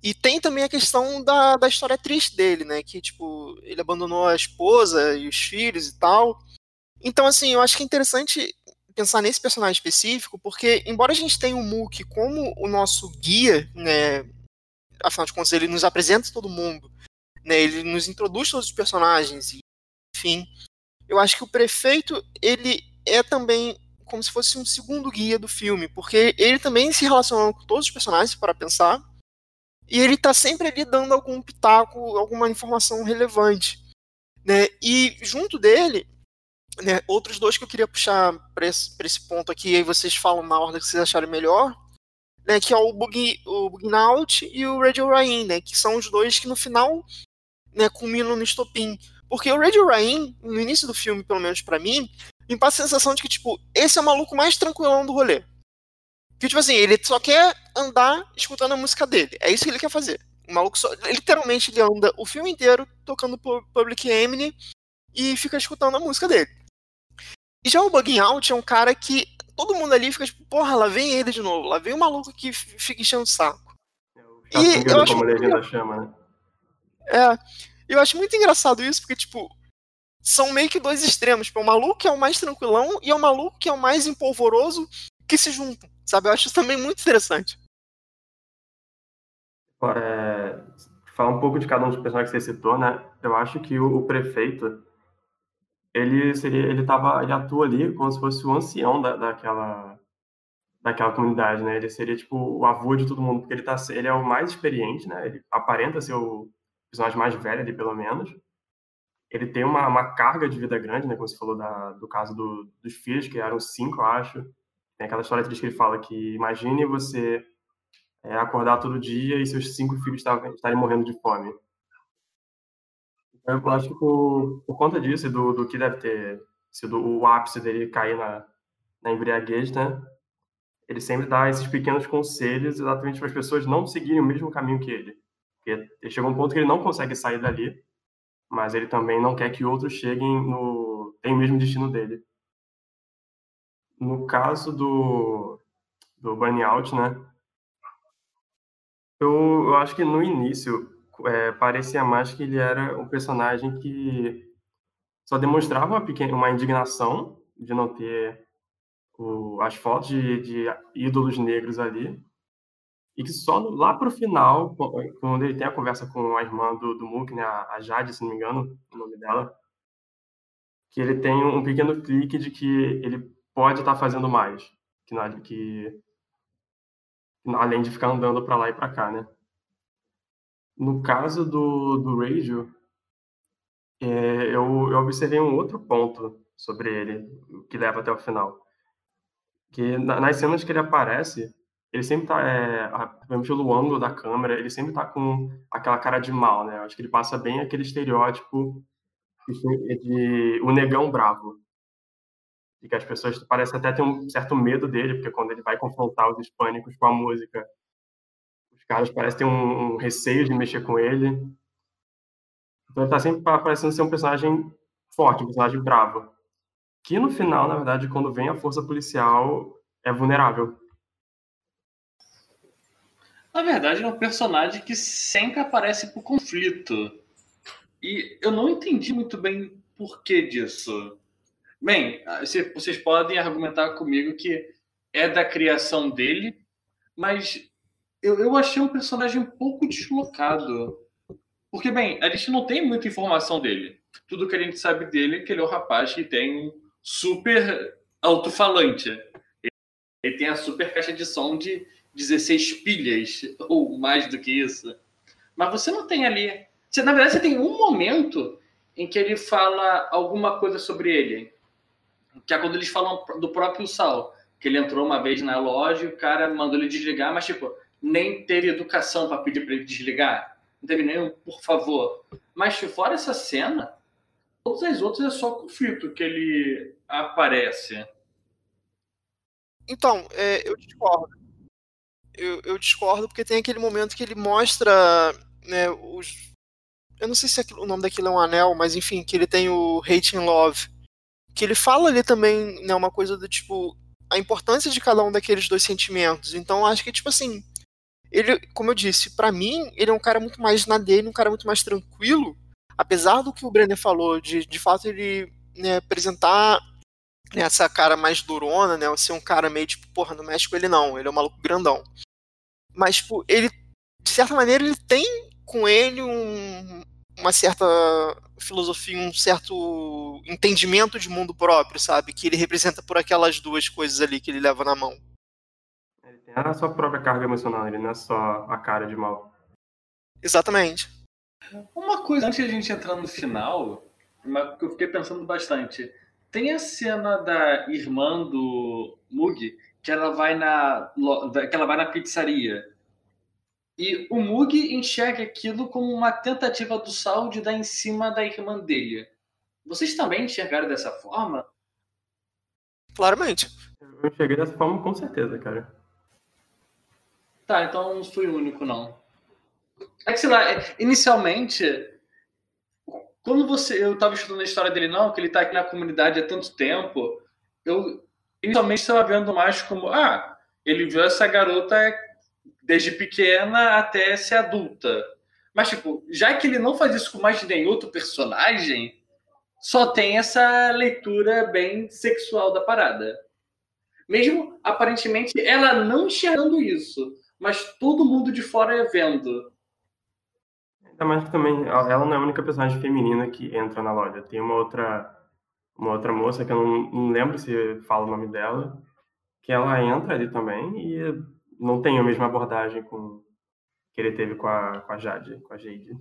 E tem também a questão da história triste dele, né? Que, tipo, ele abandonou a esposa e os filhos e tal. Então, assim, eu acho que é interessante pensar nesse personagem específico, porque, embora a gente tenha o Mook como o nosso guia, né? Afinal de contas, ele nos apresenta todo mundo, né? Ele nos introduz todos os personagens, enfim. Eu acho que o prefeito, ele é também como se fosse um segundo guia do filme, porque ele também se relaciona com todos os personagens, para pensar, e ele tá sempre ali dando algum pitaco, alguma informação relevante, né? E junto dele, né, outros dois que eu queria puxar para esse ponto aqui, e aí vocês falam na ordem que vocês acharem melhor, né, que é o Bugnaut e o Radio Ryan, né, que são os dois que no final, né, culminam no estopim. Porque o Radio Ryan, no início do filme, pelo menos pra mim, me passa a sensação de que, tipo, esse é o maluco mais tranquilão do rolê. Que, tipo assim, ele só quer andar escutando a música dele. É isso que ele quer fazer. O maluco só, literalmente, ele anda o filme inteiro tocando Public Enemy e fica escutando a música dele. E já o Bugging Out é um cara que todo mundo ali fica tipo, porra, lá vem ele de novo. Lá vem o maluco que fica enchendo o saco. E eu acho como a legenda chama, né? Eu acho muito engraçado isso, porque, tipo, são meio que dois extremos. Tipo, o maluco que é o mais tranquilão e o maluco que é o mais empolvoroso que se juntam, sabe? Eu acho isso também muito interessante. Falar um pouco de cada um dos personagens que você citou, né? Eu acho que o prefeito, ele atua ali como se fosse o ancião daquela comunidade, né? Ele seria tipo o avô de todo mundo, porque ele é o mais experiente, né? Ele aparenta ser o personagem mais velho ali, pelo menos. Ele tem uma carga de vida grande, né? Como você falou do caso dos filhos, que eram 5, eu acho. Tem aquela história triste que ele fala que imagine você acordar todo dia e seus 5 filhos estarem morrendo de fome. Eu acho que por conta disso e do que deve ter sido o ápice dele cair na embriaguez, né? Ele sempre dá esses pequenos conselhos exatamente para as pessoas não seguirem o mesmo caminho que ele. Porque ele chega a um ponto que ele não consegue sair dali, mas ele também não quer que outros tenham o mesmo destino dele. No caso do Burnout, né? Eu acho que no início parecia mais que ele era um personagem que só demonstrava uma indignação de não ter as fotos de ídolos negros ali, e que só lá pro final, quando ele tem a conversa com a irmã do Mook, né, a Jade, se não me engano, o nome dela, que ele tem um pequeno clique de que ele pode estar fazendo mais, que além de ficar andando para lá e para cá, né? No caso do Radio, eu observei um outro ponto sobre ele, que leva até o final. Que nas cenas que ele aparece, ele sempre tá, pelo ângulo da câmera, ele sempre tá com aquela cara de mal, né? Eu acho que ele passa bem aquele estereótipo de o negão bravo. E que as pessoas parecem até ter um certo medo dele, porque quando ele vai confrontar os hispânicos com a música, os caras parecem ter um receio de mexer com ele. Então ele tá sempre parecendo ser um personagem forte, um personagem bravo. Que no final, na verdade, quando vem a força policial, é vulnerável. Na verdade, é um personagem que sempre aparece por conflito. E eu não entendi muito bem o porquê disso. Bem, vocês podem argumentar comigo que é da criação dele, mas eu achei um personagem um pouco deslocado. Porque, bem, a gente não tem muita informação dele. Tudo que a gente sabe dele é que ele é um rapaz que tem um super alto-falante. Ele tem a super caixa de som de 16 pilhas, ou mais do que isso. Mas você não tem ali... Na verdade, você tem um momento em que ele fala alguma coisa sobre ele. Que é quando eles falam do próprio Sal. Que ele entrou uma vez na loja e o cara mandou ele desligar, mas, tipo, nem teve educação para pedir para ele desligar. Não teve nenhum, por favor. Mas, fora essa cena, todas as outras é só conflito que ele aparece. Então, eu discordo. Eu discordo porque tem aquele momento que ele mostra, né, eu não sei se o nome daquilo é um anel, mas enfim, que ele tem o Hate and Love. Que ele fala ali também, né, uma coisa do tipo, a importância de cada um daqueles dois sentimentos. Então, acho que, tipo assim, ele, como eu disse, pra mim, ele é um cara muito mais na dele, um cara muito mais tranquilo, apesar do que o Brenner falou, de fato ele, né, apresentar, né, essa cara mais durona, né, ser um cara meio tipo, porra, no México ele não, ele é um maluco grandão. Mas, tipo, ele, de certa maneira, ele tem com ele uma certa filosofia, um certo entendimento de mundo próprio, sabe? Que ele representa por aquelas duas coisas ali que ele leva na mão. Ele tem a sua própria carga emocional, ele não é só a cara de mal. Exatamente. Uma coisa, antes de a gente entrar no final, que eu fiquei pensando bastante. Tem a cena da irmã do Mug, que ela vai na pizzaria. E o Mug enxerga aquilo como uma tentativa do Saul de dar em cima da irmã dele. Vocês também enxergaram dessa forma? Claramente. Eu cheguei dessa forma com certeza, cara. Tá, então não fui o único, não. É que, sei lá, inicialmente, quando eu tava estudando a história dele, não, que ele tá aqui na comunidade há tanto tempo, eu inicialmente estava vendo mais como, ele viu essa garota desde pequena até ser adulta. Mas, tipo, já que ele não faz isso com mais nenhum outro personagem, só tem essa leitura bem sexual da parada. Mesmo, aparentemente, ela não enxergando isso, mas todo mundo de fora vendo. Ainda mais que também ela não é a única personagem feminina que entra na loja. Tem uma outra moça que eu não lembro se fala o nome dela, que ela entra ali também e não tem a mesma abordagem que ele teve com a Jade, com a Jade.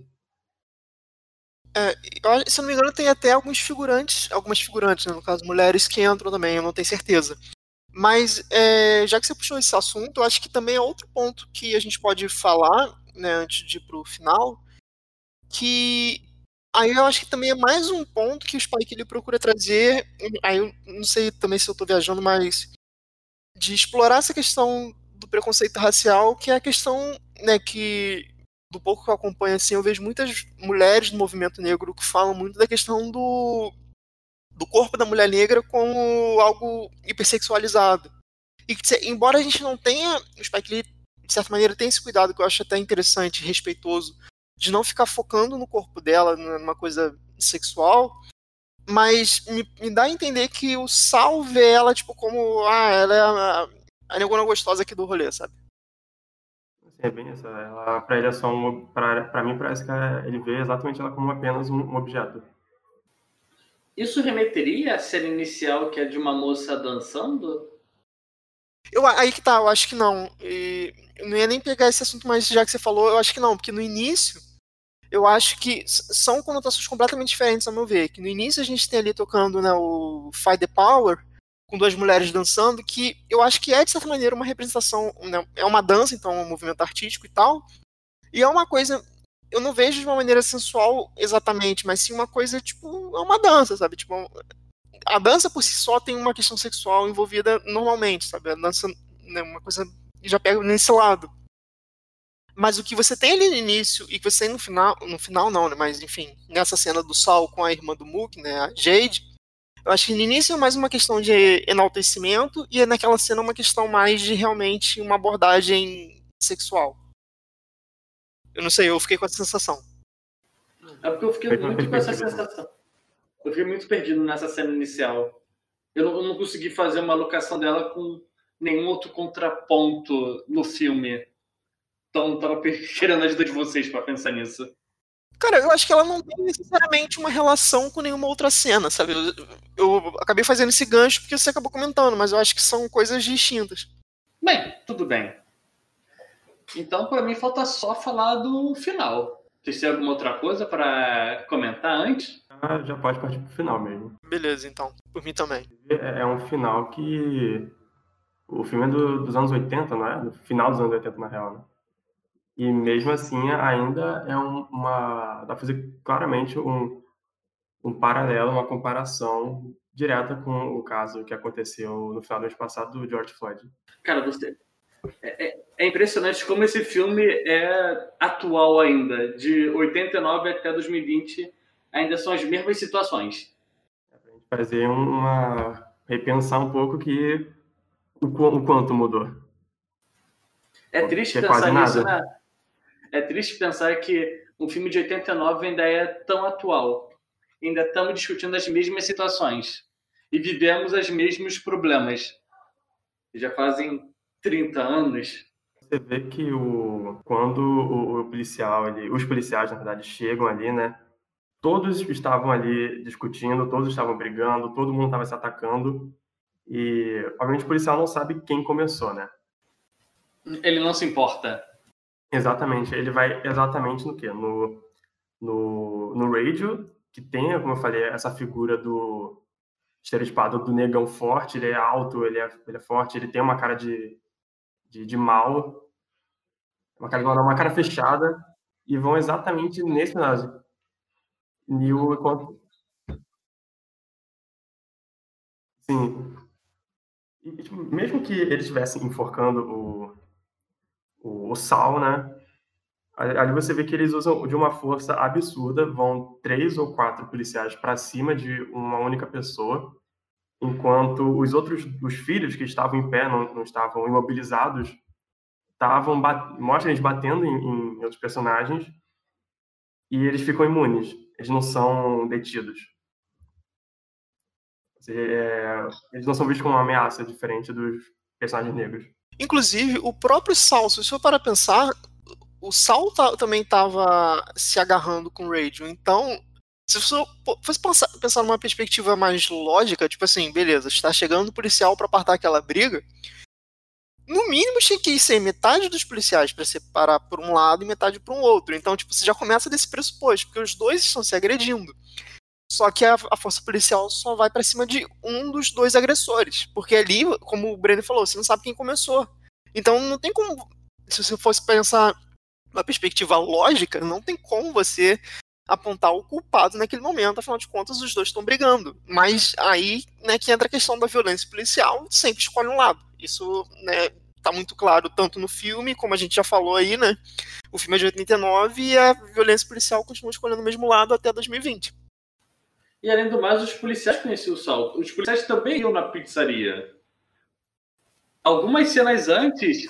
Se eu não me engano, tem até algumas figurantes, né, no caso, mulheres que entram também, eu não tenho certeza. Mas, já que você puxou esse assunto, eu acho que também é outro ponto que a gente pode falar, né, antes de ir pro final, que aí eu acho que também é mais um ponto que o Spike ele procura trazer, aí eu não sei também se eu tô viajando, mas de explorar essa questão do preconceito racial, que é a questão, né, que do pouco que eu acompanho, assim, eu vejo muitas mulheres do movimento negro que falam muito da questão do corpo da mulher negra como algo hipersexualizado. E que, embora a gente não tenha, o Spike Lee, de certa maneira, tem esse cuidado que eu acho até interessante, respeitoso, de não ficar focando no corpo dela, numa coisa sexual, mas me dá a entender que o Sal vê ela, tipo, como, ela é a negona gostosa aqui do rolê, sabe? Assim, é bem isso. Pra ele é só pra mim parece que ele vê exatamente ela como apenas um objeto. Isso remeteria à cena inicial, que é de uma moça dançando? Aí que tá, eu acho que não. E eu não ia nem pegar esse assunto, mas já que você falou, eu acho que não, porque no início, eu acho que são conotações completamente diferentes, ao meu ver. Que no início a gente tem ali tocando, né, o Fight the Power, com duas mulheres dançando, que eu acho que é, de certa maneira, uma representação, né, é uma dança, então é um movimento artístico e tal, e é uma coisa, eu não vejo de uma maneira sensual exatamente, mas sim uma coisa, tipo, é uma dança, sabe? Tipo, a dança por si só tem uma questão sexual envolvida normalmente, sabe? A dança, né, uma coisa já pega nesse lado. Mas o que você tem ali no início e que você tem no final não, né? Mas enfim, nessa cena do Saul com a irmã do Mook, né, a Jade, eu acho que no início é mais uma questão de enaltecimento e naquela cena é uma questão mais de realmente uma abordagem sexual. Eu não sei, eu fiquei com essa sensação. É porque eu fiquei muito com essa sensação. Eu fiquei muito perdido nessa cena inicial. Eu não consegui fazer uma alocação dela com nenhum outro contraponto no filme. Então, tava querendo a ajuda de vocês para pensar nisso. Cara, eu acho que ela não tem necessariamente uma relação com nenhuma outra cena, sabe? Eu acabei fazendo esse gancho porque você acabou comentando, mas eu acho que são coisas distintas. Bem, tudo bem. Então, para mim, falta só falar do final. Vocês têm alguma outra coisa para comentar antes? Já pode partir pro final mesmo. Beleza, então. Por mim também. É um final que... O filme é dos anos 80, não é? Do final dos anos 80, na real, né? E mesmo assim, ainda é dá pra fazer claramente um paralelo, uma comparação direta com o caso que aconteceu no final do ano passado do George Floyd. Cara, é impressionante como esse filme é atual ainda. De 89 até 2020, ainda são as mesmas situações. Pra gente fazer repensar um pouco o quanto mudou. É triste que é quase pensar nisso, nada. né? É triste pensar que um filme de 89 ainda é tão atual. Ainda estamos discutindo as mesmas situações. E vivemos os mesmos problemas. Já fazem 30 anos. Você vê que quando o policial, os policiais, na verdade, chegam ali, né? Todos estavam ali discutindo, todos estavam brigando, todo mundo estava se atacando. E, obviamente, o policial não sabe quem começou, né? Ele não se importa. Exatamente. Ele vai exatamente no quê? No radio, que tem, como eu falei, essa figura do estereotipado do negão forte. Ele é alto, ele é forte, ele tem uma cara de mal, uma cara fechada, e vão exatamente nesse ginásio. Neil, sim. E, tipo, mesmo que eles estivessem enforcando o Sal, né? Ali você vê que eles usam de uma força absurda, vão 3 ou 4 policiais para cima de uma única pessoa, enquanto os filhos que estavam em pé, não estavam imobilizados, mostra eles batendo em outros personagens e eles ficam imunes, eles não são detidos. Eles não são vistos como uma ameaça diferente dos personagens negros. Inclusive, o próprio Sal, se você for para pensar, o Sal também estava se agarrando com o Radio. Então, se você fosse pensar numa perspectiva mais lógica, tipo assim, beleza, está chegando o policial para apartar aquela briga, no mínimo tinha que ser metade dos policiais para separar por um lado e metade para um outro. Então, tipo, você já começa desse pressuposto, porque os dois estão se agredindo. Só que a força policial só vai para cima de um dos dois agressores. Porque ali, como o Brenner falou, você não sabe quem começou. Então não tem como. Se você fosse pensar uma perspectiva lógica, não tem como você apontar o culpado naquele momento, afinal de contas os dois estão brigando. Mas aí, né, que entra a questão da violência policial, sempre escolhe um lado. Isso, né, tá muito claro tanto no filme, como a gente já falou aí, né? O filme é de 89 e a violência policial continua escolhendo o mesmo lado até 2020. E além do mais, os policiais conheciam o Sal. Os policiais também iam na pizzaria. Algumas cenas antes,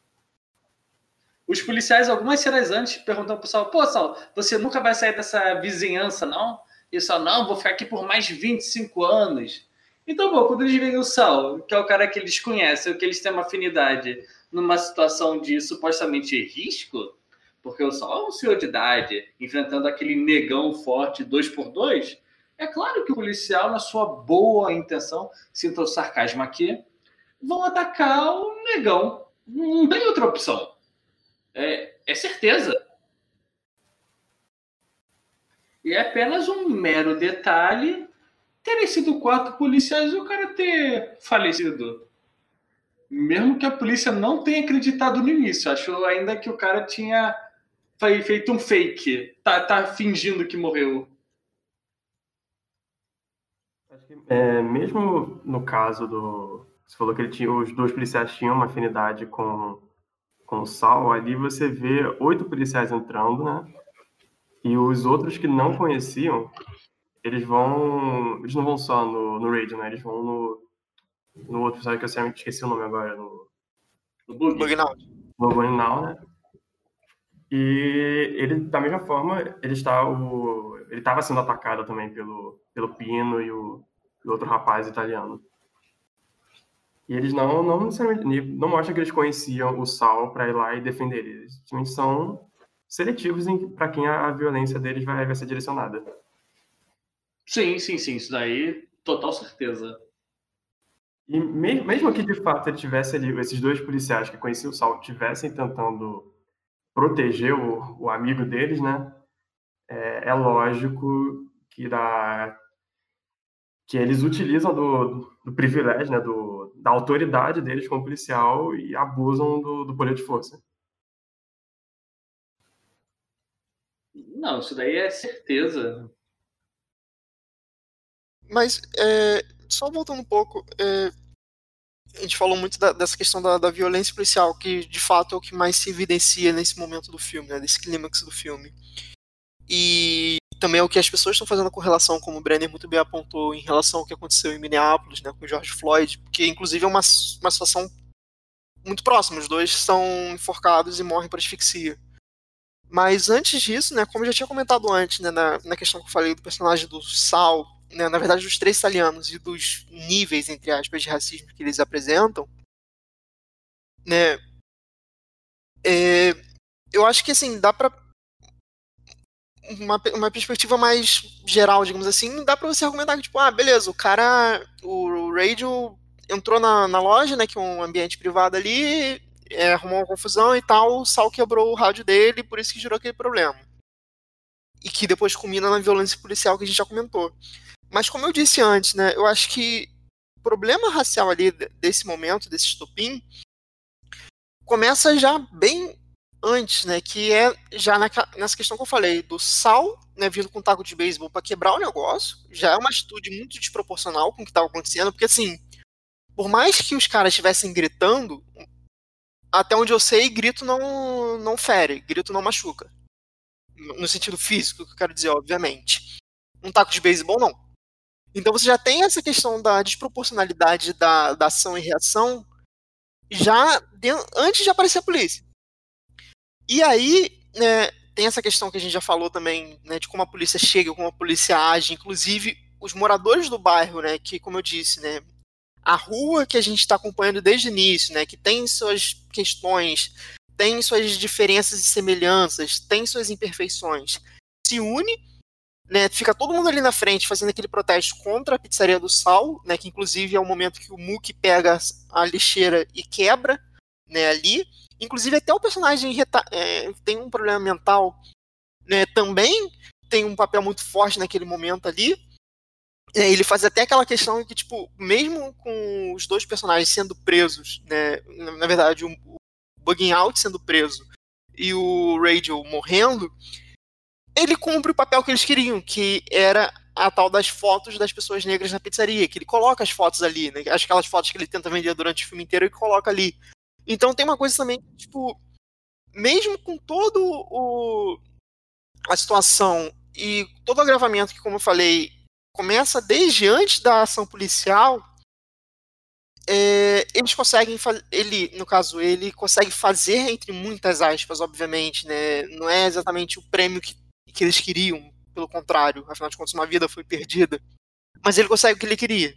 perguntam pro Sal: pô, Sal, você nunca vai sair dessa vizinhança, não? E o Sal: não, vou ficar aqui por mais 25 anos. Então, bom, quando eles veem o Sal, que é o cara que eles conhecem, que eles têm uma afinidade, numa situação de supostamente risco, porque o Sal é um senhor de idade, enfrentando aquele negão forte 2x2, é claro que o policial, na sua boa intenção, sinta o sarcasmo aqui, vão atacar o negão. Não tem outra opção. É certeza. E é apenas um mero detalhe terem sido 4 policiais e o cara ter falecido. Mesmo que a polícia não tenha acreditado no início. Achou ainda que o cara tinha feito um fake. Tá fingindo que morreu. Acho que, mesmo no caso você falou que os 2 policiais tinham uma afinidade com o Sal, ali você vê 8 policiais entrando, né? E os outros que não conheciam, eles não vão só no raid, né? Eles vão no outro personagem que eu esqueci o nome agora, no Bugnaut. No Bugnaut, né? E ele, da mesma forma, ele estava sendo atacado também pelo Pino e o outro rapaz italiano. E eles não necessariamente não mostram que eles conheciam o Sal para ir lá e defender ele. Eles simplesmente são seletivos para quem a violência deles vai ser direcionada. Sim. Isso daí, total certeza. E mesmo que, de fato, ele tivesse ali, esses 2 policiais que conheciam o Sal estivessem tentando proteger o amigo deles, né? É lógico que eles utilizam do privilégio, né? Da autoridade deles como policial e abusam do poder de força. Não, isso daí é certeza. Mas, só voltando um pouco, a gente falou muito dessa questão da violência policial, que de fato é o que mais se evidencia nesse momento do filme, né, desse clímax do filme. E também é o que as pessoas estão fazendo com relação, como o Brenner muito bem apontou, em relação ao que aconteceu em Minneapolis, né, com o George Floyd, porque inclusive é uma situação muito próximos. Os dois são enforcados e morrem por asfixia. Mas antes disso, né, como eu já tinha comentado antes, né, na questão que eu falei do personagem do Sal, né, na verdade dos três italianos e dos níveis, entre aspas, de racismo que eles apresentam, né, eu acho que assim, dá pra uma perspectiva mais geral, digamos assim, dá pra você argumentar que, tipo, beleza, o Radio entrou na loja, né, que é um ambiente privado ali, arrumou uma confusão e tal, o Sal quebrou o rádio dele, por isso que gerou aquele problema. E que depois culmina na violência policial que a gente já comentou. Mas como eu disse antes, né, eu acho que o problema racial ali desse momento, desse estopim, começa já bem antes, né, que é já nessa questão que eu falei, do Sal, né, vindo com um taco de beisebol para quebrar o negócio, já é uma atitude muito desproporcional com o que estava acontecendo, porque assim, por mais que os caras estivessem gritando, até onde eu sei, grito não fere, grito não machuca. No sentido físico, que eu quero dizer, obviamente. Um taco de beisebol, não. Então você já tem essa questão da desproporcionalidade da ação e reação já antes de aparecer a polícia. E aí, né, tem essa questão que a gente já falou também, né, de como a polícia chega, como a polícia age, inclusive os moradores do bairro, né, que, como eu disse, né, a rua que a gente está acompanhando desde o início, né, que tem suas questões, tem suas diferenças e semelhanças, tem suas imperfeições, se une, né, fica todo mundo ali na frente fazendo aquele protesto contra a pizzaria do Sal, né, que inclusive é o momento que o Mookie pega a lixeira e quebra, né, ali. Inclusive até o personagem tem um problema mental, né, também tem um papel muito forte naquele momento ali. Ele faz até aquela questão que, tipo, mesmo com os dois personagens sendo presos, né, na verdade, o Bugging Out sendo preso e o Radio morrendo, ele cumpre o papel que eles queriam, que era a tal das fotos das pessoas negras na pizzaria, que ele coloca as fotos ali, né, aquelas fotos que ele tenta vender durante o filme inteiro e coloca ali. Então tem uma coisa também, tipo, mesmo com a situação e todo o agravamento que, como eu falei, começa desde antes da ação policial, eles conseguem no caso, ele consegue fazer, entre muitas aspas, obviamente, né? Não é exatamente o prêmio que eles queriam, pelo contrário, afinal de contas, uma vida foi perdida. Mas ele consegue o que ele queria.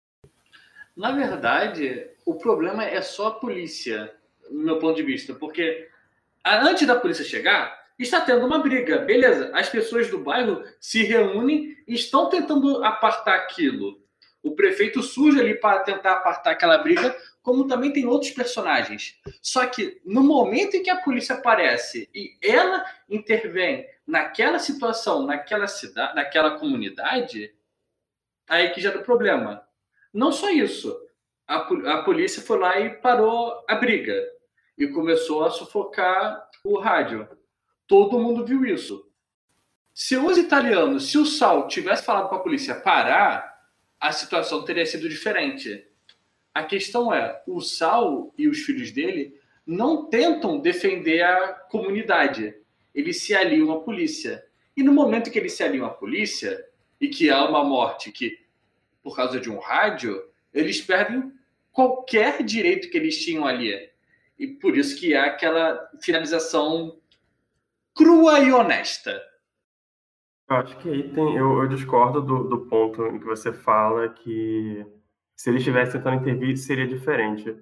Na verdade, o problema é só a polícia, no meu ponto de vista, porque antes da polícia chegar, está tendo uma briga. Beleza, as pessoas do bairro se reúnem e estão tentando apartar aquilo. O prefeito surge ali para tentar apartar aquela briga, como também tem outros personagens. Só que no momento em que a polícia aparece e ela intervém naquela situação, naquela cidade, naquela comunidade, aí que já dá problema. Não só isso. A polícia foi lá e parou a briga. E começou a sufocar o rádio. Todo mundo viu isso. Se os italianos, se o Sal tivesse falado para a polícia parar, a situação teria sido diferente. A questão é, o Sal e os filhos dele não tentam defender a comunidade. Eles se aliam à polícia. E no momento que eles se aliam à polícia, e que há uma morte que, por causa de um rádio, eles perdem qualquer direito que eles tinham ali. E por isso que há aquela finalização crua e honesta. Eu acho que aí eu discordo do ponto em que você fala que se ele estivesse tentando intervir seria diferente.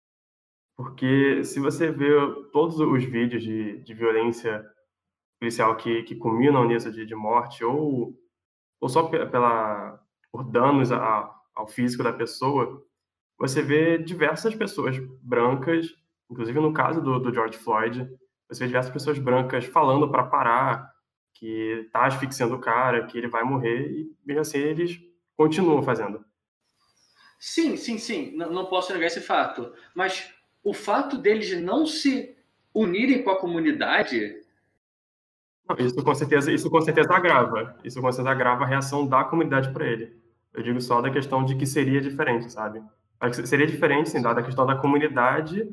Porque se você vê todos os vídeos de violência policial que culminam nisso de morte ou só por danos ao físico da pessoa, você vê diversas pessoas brancas, inclusive no caso do George Floyd, você vê diversas pessoas brancas falando para parar, que tá asfixiando o cara, que ele vai morrer, e mesmo assim eles continuam fazendo. Sim, sim, sim. Não posso negar esse fato. Mas o fato deles não se unirem com a comunidade. Isso com certeza agrava. Isso com certeza agrava a reação da comunidade para ele. Eu digo só da questão de que seria diferente, sabe? Acho que seria diferente, sim, da questão da comunidade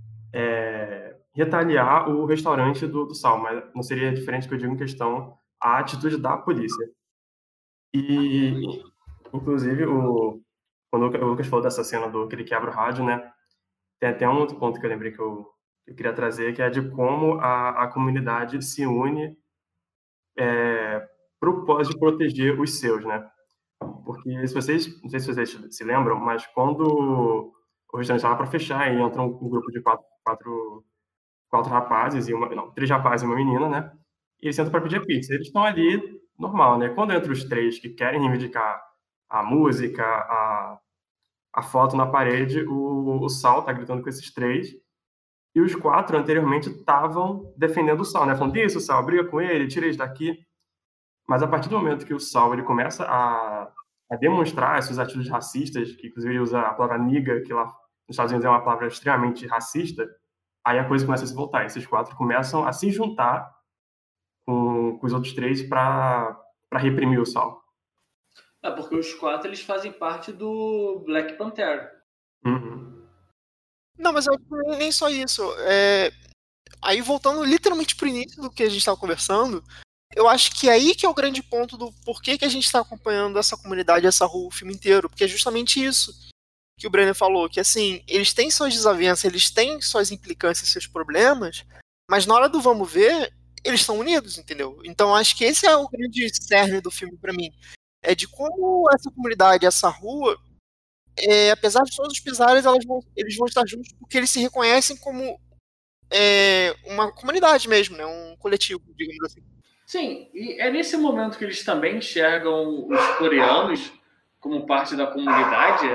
retaliar o restaurante do Sal, mas não seria diferente que eu digo em questão a atitude da polícia. E, inclusive, quando o Lucas falou dessa cena que ele quebra o rádio, né? tem até um outro ponto que eu lembrei que eu queria trazer, que é de como a comunidade se une propósito de proteger os seus, né? Porque se vocês, não sei se vocês se lembram, mas quando o restaurante estava para fechar e entra um grupo de quatro rapazes e não, 3 rapazes e uma menina, né? E eles sentam para pedir pizza. Eles estão ali normal, né? Quando entra os 3 que querem reivindicar a música, a foto na parede, o Sal tá gritando com esses 3 e os 4 anteriormente estavam defendendo o Sal, né? Falando, isso, Sal, briga com ele, tira ele daqui. Mas a partir do momento que o Sal ele começa a demonstrar essas atitudes racistas, que inclusive ele usa a palavra nigga, que lá nos Estados Unidos é uma palavra extremamente racista, aí a coisa começa a se voltar. Esses 4 começam a se juntar com os outros 3 para reprimir o Sal. Porque os 4 eles fazem parte do Black Panther. Uhum. Não, mas nem só isso. Aí voltando literalmente pro início do que a gente estava conversando, eu acho que aí que é o grande ponto do porquê que a gente está acompanhando essa comunidade, essa rua, o filme inteiro, porque é justamente isso que o Brenner falou, que assim, eles têm suas desavenças, eles têm suas implicâncias, seus problemas, mas na hora do vamos ver, eles estão unidos, entendeu? Então acho que esse é o grande cerne do filme para mim, é de como essa comunidade, essa rua, apesar de todos os pesares, eles vão estar juntos porque eles se reconhecem como uma comunidade mesmo, né? Um coletivo, digamos assim. Sim, e é nesse momento que eles também enxergam os coreanos como parte da comunidade?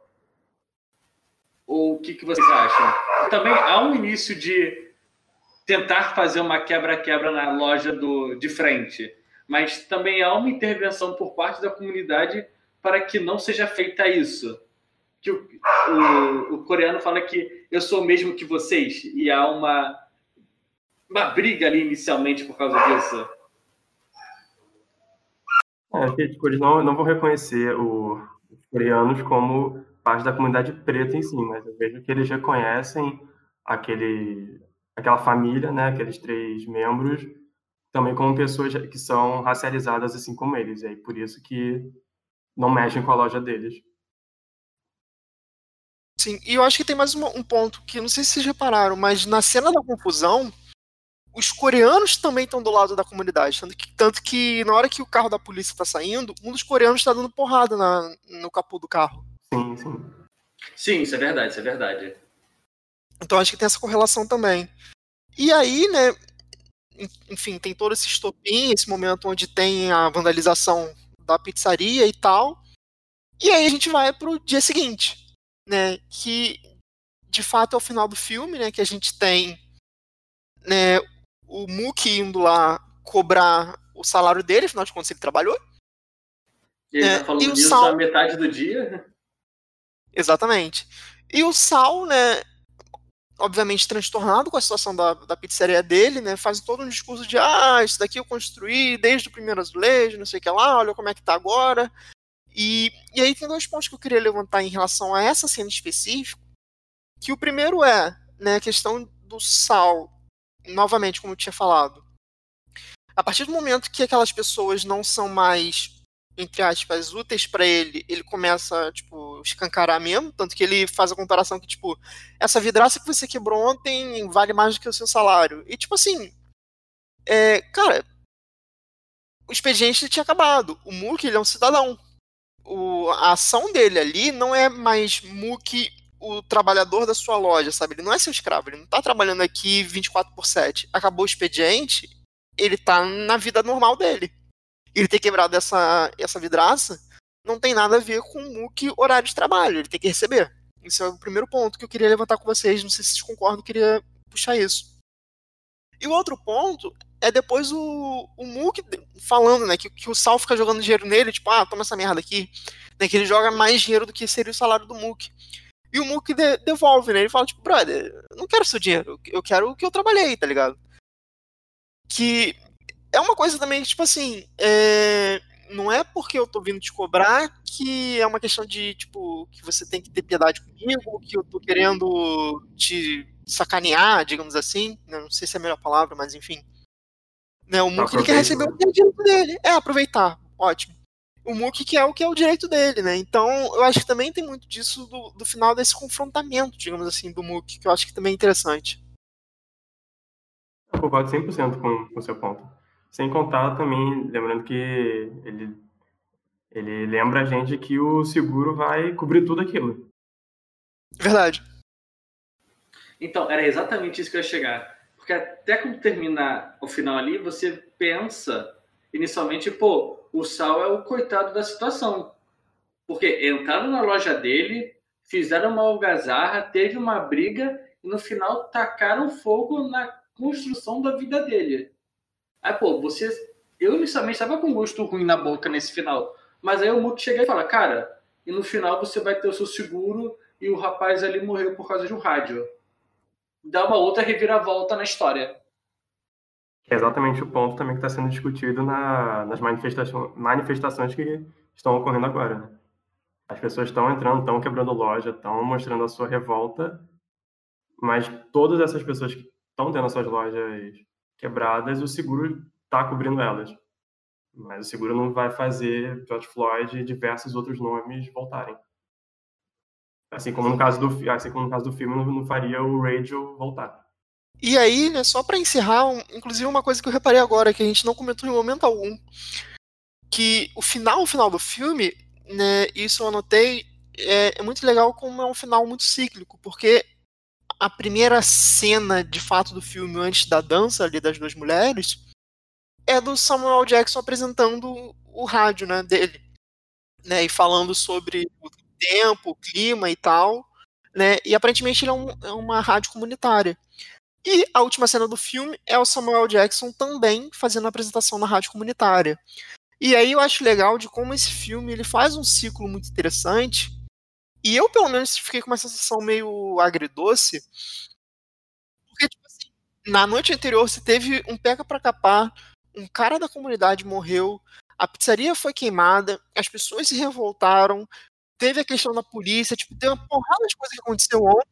Ou o que vocês acham? Também há um início de tentar fazer uma quebra-quebra na loja de frente, mas também há uma intervenção por parte da comunidade para que não seja feita isso. Que o coreano fala que eu sou o mesmo que vocês, e há uma briga ali inicialmente por causa disso. Tipo, eles não vão reconhecer os coreanos como parte da comunidade preta em si, mas eu vejo que eles reconhecem aquela família, né, aqueles 3 membros, também como pessoas que são racializadas assim como eles, e aí por isso que não mexem com a loja deles. Sim, e eu acho que tem mais um ponto que não sei se vocês repararam, mas na cena da confusão, os coreanos também estão do lado da comunidade. Tanto que na hora que o carro da polícia está saindo, um dos coreanos está dando porrada no capô do carro. Sim, sim. Sim, isso é verdade, isso é verdade. Então acho que tem essa correlação também. E aí, né, enfim, tem todo esse estopim, esse momento onde tem a vandalização da pizzaria e tal. E aí a gente vai pro dia seguinte, né, que de fato é o final do filme, né, que a gente tem, né, o Mookie indo lá cobrar o salário dele, afinal de contas ele trabalhou. Ele tá falando disso a metade do dia. Exatamente. E o Sal, né, obviamente transtornado com a situação da pizzaria dele, né, faz todo um discurso de isso daqui eu construí desde o primeiro azulejo, não sei o que lá, olha como é que tá agora. E aí tem 2 pontos que eu queria levantar em relação a essa cena específica, que o primeiro né, a questão do Sal, novamente, como eu tinha falado. A partir do momento que aquelas pessoas não são mais, entre aspas, úteis para ele, ele começa, tipo, escancarar mesmo, tanto que ele faz a comparação que, tipo, essa vidraça que você quebrou ontem vale mais do que o seu salário. E, tipo assim, cara, o expediente tinha acabado. O Mookie, ele é um cidadão. A ação dele ali não é mais Mookie, o trabalhador da sua loja, sabe? Ele não é seu escravo, ele não tá trabalhando aqui 24/7. Acabou o expediente, ele tá na vida normal dele. Ele ter quebrado essa vidraça não tem nada a ver com o Mookie horário de trabalho, ele tem que receber. Esse é o primeiro ponto que eu queria levantar com vocês, não sei se vocês concordam, eu queria puxar isso. E o outro ponto é depois o Mookie falando, né, que o Sal fica jogando dinheiro nele, tipo, toma essa merda aqui, né, que ele joga mais dinheiro do que seria o salário do Mookie. E o Mookie devolve, né, ele fala, tipo, brother, eu não quero seu dinheiro, eu quero o que eu trabalhei, tá ligado? Que é uma coisa também que, tipo assim, não é porque eu tô vindo te cobrar que é uma questão de, tipo, que você tem que ter piedade comigo, que eu tô querendo te sacanear, digamos assim, não sei se é a melhor palavra, mas enfim. Né, o Mookie, ele quer receber o direito dele. Aproveitar, ótimo. o Mookie que é o direito dele, né? Então, eu acho que também tem muito disso do final desse confrontamento, digamos assim, do Mookie, que eu acho que também é interessante. Eu concordo 100% com o seu ponto. Sem contar também, lembrando que ele lembra a gente que o seguro vai cobrir tudo aquilo. Verdade. Então, era exatamente isso que eu ia chegar. Porque até quando termina o final ali, você pensa inicialmente, pô, o Sal é o coitado da situação. Porque entraram na loja dele, fizeram uma algazarra, teve uma briga e no final tacaram fogo na construção da vida dele. Aí, pô, eu inicialmente estava com gosto ruim na boca nesse final. Mas aí o Muto chega e fala, cara, e no final você vai ter o seu seguro e o rapaz ali morreu por causa de um rádio. Dá uma outra reviravolta na história. É exatamente o ponto também que está sendo discutido nas manifestações que estão ocorrendo agora, né? As pessoas estão entrando, estão quebrando loja, estão mostrando a sua revolta, mas todas essas pessoas que estão tendo as suas lojas quebradas, o seguro está cobrindo elas. Mas o seguro não vai fazer George Floyd e diversos outros nomes voltarem. Assim como no caso do filme, não faria o Radio voltar. E aí, né, só pra encerrar, inclusive uma coisa que eu reparei agora, que a gente não comentou em momento algum, que o final do filme, né, isso eu anotei, é muito legal como é um final muito cíclico, porque a primeira cena, de fato, do filme, antes da dança ali das duas mulheres, é do Samuel Jackson apresentando o rádio, né, dele, né, e falando sobre o tempo, o clima e tal, né, e aparentemente ele é uma rádio comunitária. E a última cena do filme é o Samuel Jackson também fazendo a apresentação na rádio comunitária. E aí eu acho legal de como esse filme ele faz um ciclo muito interessante. E eu, pelo menos, fiquei com uma sensação meio agridoce, porque, tipo assim, na noite anterior você teve um pega pra capar, um cara da comunidade morreu, a pizzaria foi queimada, as pessoas se revoltaram, teve a questão da polícia, tipo, tem uma porrada de coisa que aconteceu ontem.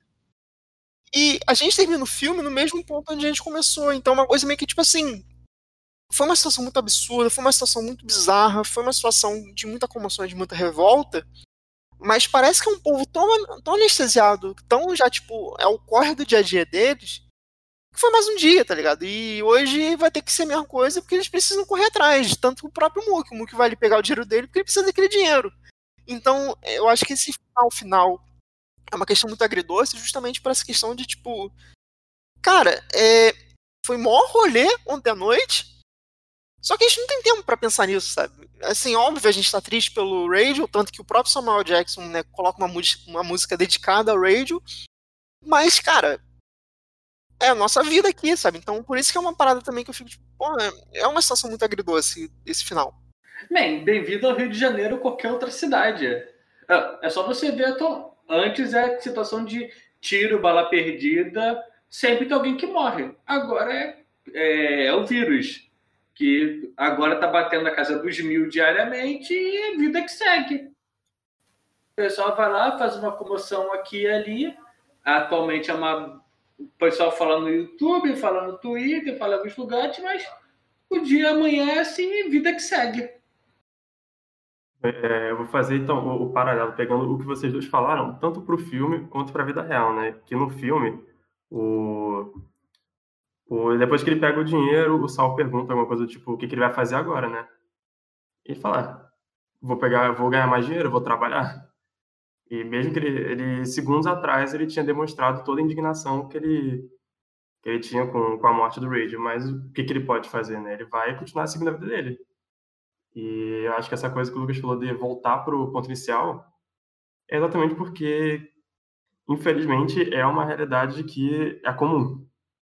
E a gente termina o filme no mesmo ponto onde a gente começou. Então, uma coisa meio que, tipo assim, foi uma situação muito absurda, foi uma situação muito bizarra, foi uma situação de muita comoção, de muita revolta, mas parece que é um povo tão anestesiado, tão já, tipo, é o corre do dia a dia deles, que foi mais um dia, tá ligado? E hoje vai ter que ser a mesma coisa, porque eles precisam correr atrás, tanto que o Mookie vai ali pegar o dinheiro dele, porque ele precisa daquele dinheiro. Então, eu acho que esse final é uma questão muito agridoce, justamente por essa questão de, tipo, cara, foi maior rolê ontem à noite, só que a gente não tem tempo pra pensar nisso, sabe? Assim, óbvio, a gente tá triste pelo Radio, tanto que o próprio Samuel Jackson, né, coloca uma música dedicada ao Radio, mas, cara, é a nossa vida aqui, sabe? Então, por isso que é uma parada também que eu fico, tipo, pô, é uma situação muito agridoce esse final. Bem, bem-vindo ao Rio de Janeiro ou qualquer outra cidade. É só você ver, antes é a situação de tiro, bala perdida, sempre tem alguém que morre. Agora é o vírus, que agora tá batendo na casa dos 1.000 diariamente e é vida que segue. O pessoal vai lá, faz uma comoção aqui e ali. Atualmente o pessoal fala no YouTube, fala no Twitter, fala em alguns lugares, mas o dia amanhece e vida que segue. Eu vou fazer, então, o paralelo, pegando o que vocês dois falaram, tanto para o filme quanto para a vida real, né? Que no filme, depois que ele pega o dinheiro, o Sal pergunta alguma coisa do tipo, o que ele vai fazer agora, né? E ele fala, vou ganhar mais dinheiro, vou trabalhar. E mesmo que ele segundos atrás, ele tinha demonstrado toda a indignação que ele tinha com a morte do Radio, mas o que ele pode fazer, né? Ele vai continuar seguindo a vida dele. E eu acho que essa coisa que o Lucas falou de voltar pro ponto inicial é exatamente porque, infelizmente, é uma realidade que é comum.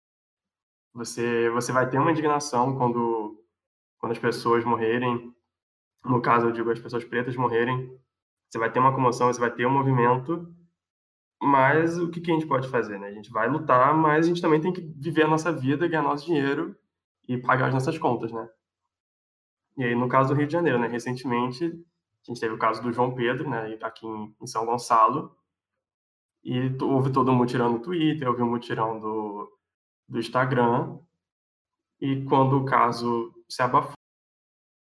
Você vai ter uma indignação quando as pessoas morrerem, no caso eu digo as pessoas pretas morrerem, você vai ter uma comoção, você vai ter um movimento, mas o que a gente pode fazer, né? A gente vai lutar, mas a gente também tem que viver a nossa vida, ganhar nosso dinheiro e pagar as nossas contas, né? E aí, no caso do Rio de Janeiro, né? Recentemente, a gente teve o caso do João Pedro, né? Aqui em São Gonçalo, e houve todo um mutirão no Twitter, houve um mutirão do Instagram, e quando o caso se abafou,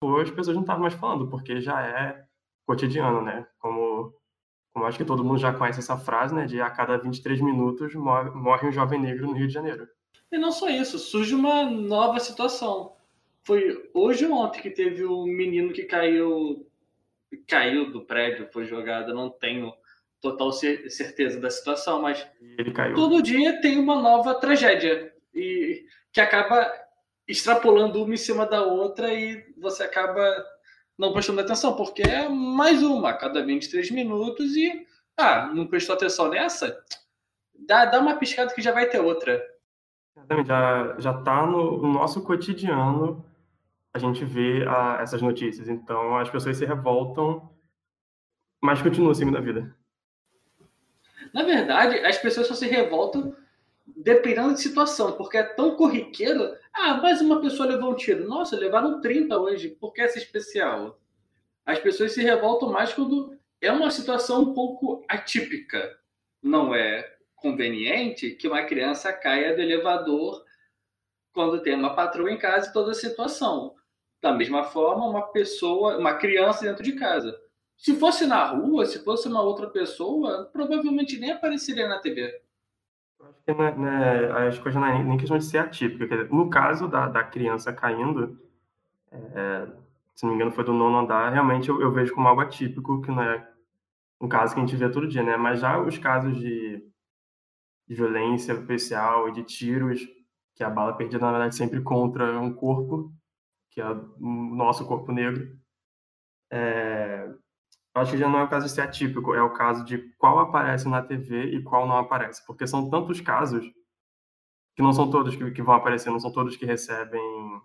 as pessoas não estavam mais falando, porque já é cotidiano, né? Como acho que todo mundo já conhece essa frase, né? De a cada 23 minutos morre um jovem negro no Rio de Janeiro. E não só isso, surge uma nova situação. Foi hoje ou ontem que teve um menino que caiu do prédio, foi jogado, não tenho total certeza da situação, mas E ele caiu. todo dia tem uma nova tragédia e que acaba extrapolando uma em cima da outra e você acaba não prestando atenção, porque é mais uma a cada 23 minutos e não prestou atenção nessa? Dá uma piscada que já vai ter outra. Exatamente, já está no nosso cotidiano a gente vê essas notícias. Então as pessoas se revoltam, mas continuam seguindo a vida. Na verdade, as pessoas só se revoltam dependendo de situação, porque é tão corriqueiro. Mais uma pessoa levou um tiro. Nossa, levaram 30 hoje, por que essa especial? As pessoas se revoltam mais quando é uma situação um pouco atípica. Não é conveniente que uma criança caia do elevador quando tem uma patroa em casa e toda a situação. Da mesma forma, uma criança dentro de casa. Se fosse na rua, se fosse uma outra pessoa, provavelmente nem apareceria na TV. Eu acho que as coisas não é nem questão de ser atípica. Quer dizer, no caso da criança caindo, se não me engano foi do 9º andar, realmente eu vejo como algo atípico, que não é um caso que a gente vê todo dia, né? Mas já os casos de violência policial e de tiros, que a bala perdida, na verdade, sempre contra um corpo, que é o nosso corpo negro. Acho que já não é o caso de ser atípico, é o caso de qual aparece na TV e qual não aparece. Porque são tantos casos que não são todos que vão aparecer, não são todos que recebem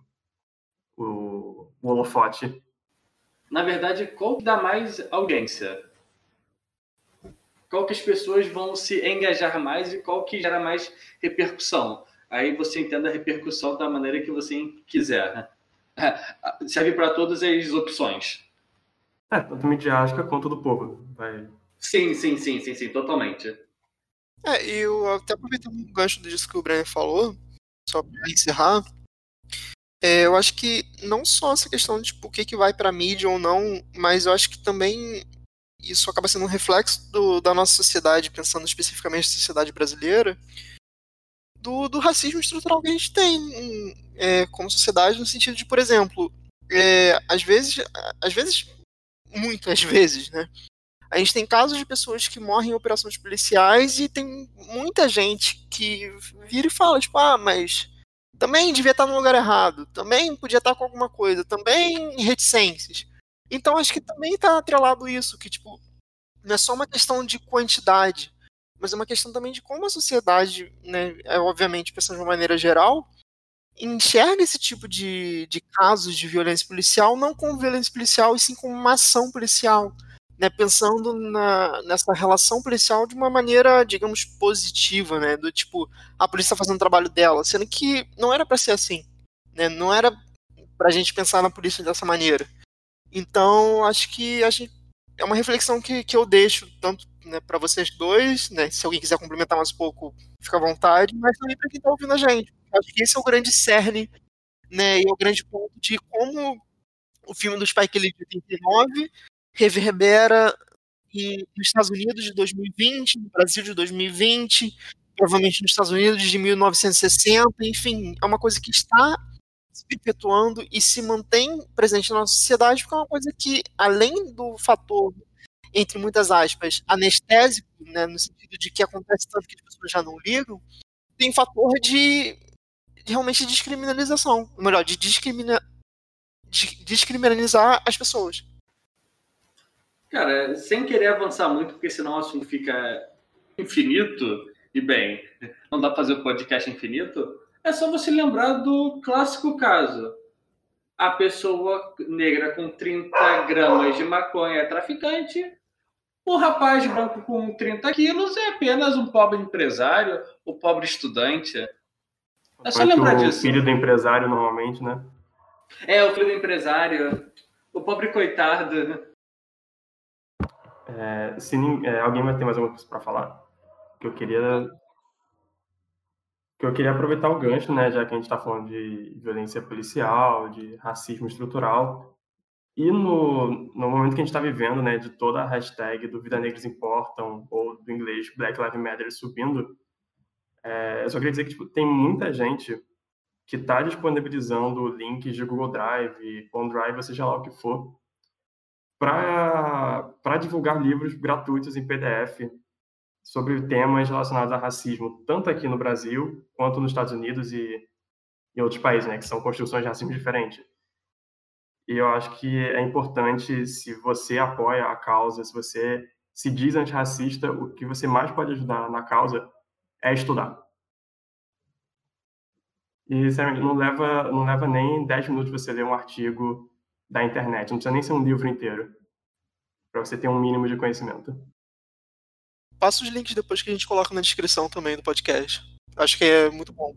o holofote. Na verdade, qual que dá mais audiência? Qual que as pessoas vão se engajar mais e qual que gera mais repercussão? Aí você entende a repercussão da maneira que você quiser. Serve para todas as opções. Tanto midiática quanto do povo. Sim, totalmente. E eu até aproveitando o gancho disso que o Brenner falou, só para encerrar, eu acho que não só essa questão de tipo, o que vai para mídia ou não, mas eu acho que também isso acaba sendo um reflexo da nossa sociedade, pensando especificamente na sociedade brasileira, do racismo estrutural que a gente tem como sociedade, no sentido de, por exemplo, às vezes, muitas vezes, né? A gente tem casos de pessoas que morrem em operações policiais e tem muita gente que vira e fala, tipo, mas também devia estar no lugar errado, também podia estar com alguma coisa, também reticências. Então acho que também está atrelado isso, que tipo, não é só uma questão de quantidade, mas é uma questão também de como a sociedade, né, obviamente pensando de uma maneira geral, enxerga esse tipo de casos de violência policial não como violência policial, e sim como uma ação policial, né, pensando nessa relação policial de uma maneira, digamos, positiva, né, do tipo, a polícia está fazendo o trabalho dela, sendo que não era para ser assim, né, não era para a gente pensar na polícia dessa maneira. Então, acho que é uma reflexão que eu deixo tanto, né, para vocês dois, né, se alguém quiser complementar mais um pouco, fica à vontade, mas também para quem está ouvindo a gente. Acho que esse é o grande cerne, né, e é o grande ponto de como o filme do Spike Lee de 89 reverbera nos Estados Unidos de 2020, no Brasil de 2020, provavelmente nos Estados Unidos de 1960, enfim, é uma coisa que está se perpetuando e se mantém presente na nossa sociedade, porque é uma coisa que, além do fator, entre muitas aspas, anestésico, né, no sentido de que acontece tanto que as pessoas já não ligam, tem fator de realmente descriminalização, ou melhor, de descriminalizar as pessoas. Cara, sem querer avançar muito, porque senão o assunto fica infinito, e bem, não dá pra fazer o podcast infinito, é só você lembrar do clássico caso. A pessoa negra com 30 gramas de maconha é traficante, o rapaz branco com 30 quilos é apenas um pobre empresário, o pobre estudante. É só lembrar disso. O filho do empresário, normalmente, né? O filho do empresário, o pobre coitado. Alguém vai ter mais alguma coisa para falar? Que eu queria aproveitar o gancho, né, já que a gente está falando de violência policial, de racismo estrutural. E no momento que a gente está vivendo, né, de toda a hashtag do Vida Negras Importam, ou do inglês Black Lives Matter subindo, eu só queria dizer que tipo, tem muita gente que está disponibilizando links de Google Drive, OneDrive, ou seja lá o que for, para divulgar livros gratuitos em PDF sobre temas relacionados a racismo, tanto aqui no Brasil, quanto nos Estados Unidos e em outros países, né, que são construções de racismo diferentes. E eu acho que é importante, se você apoia a causa, se você se diz antirracista, o que você mais pode ajudar na causa é estudar. E, sinceramente, não leva nem 10 minutos você ler um artigo da internet, não precisa nem ser um livro inteiro, para você ter um mínimo de conhecimento. Passa os links depois que a gente coloca na descrição também do podcast. Acho que é muito bom.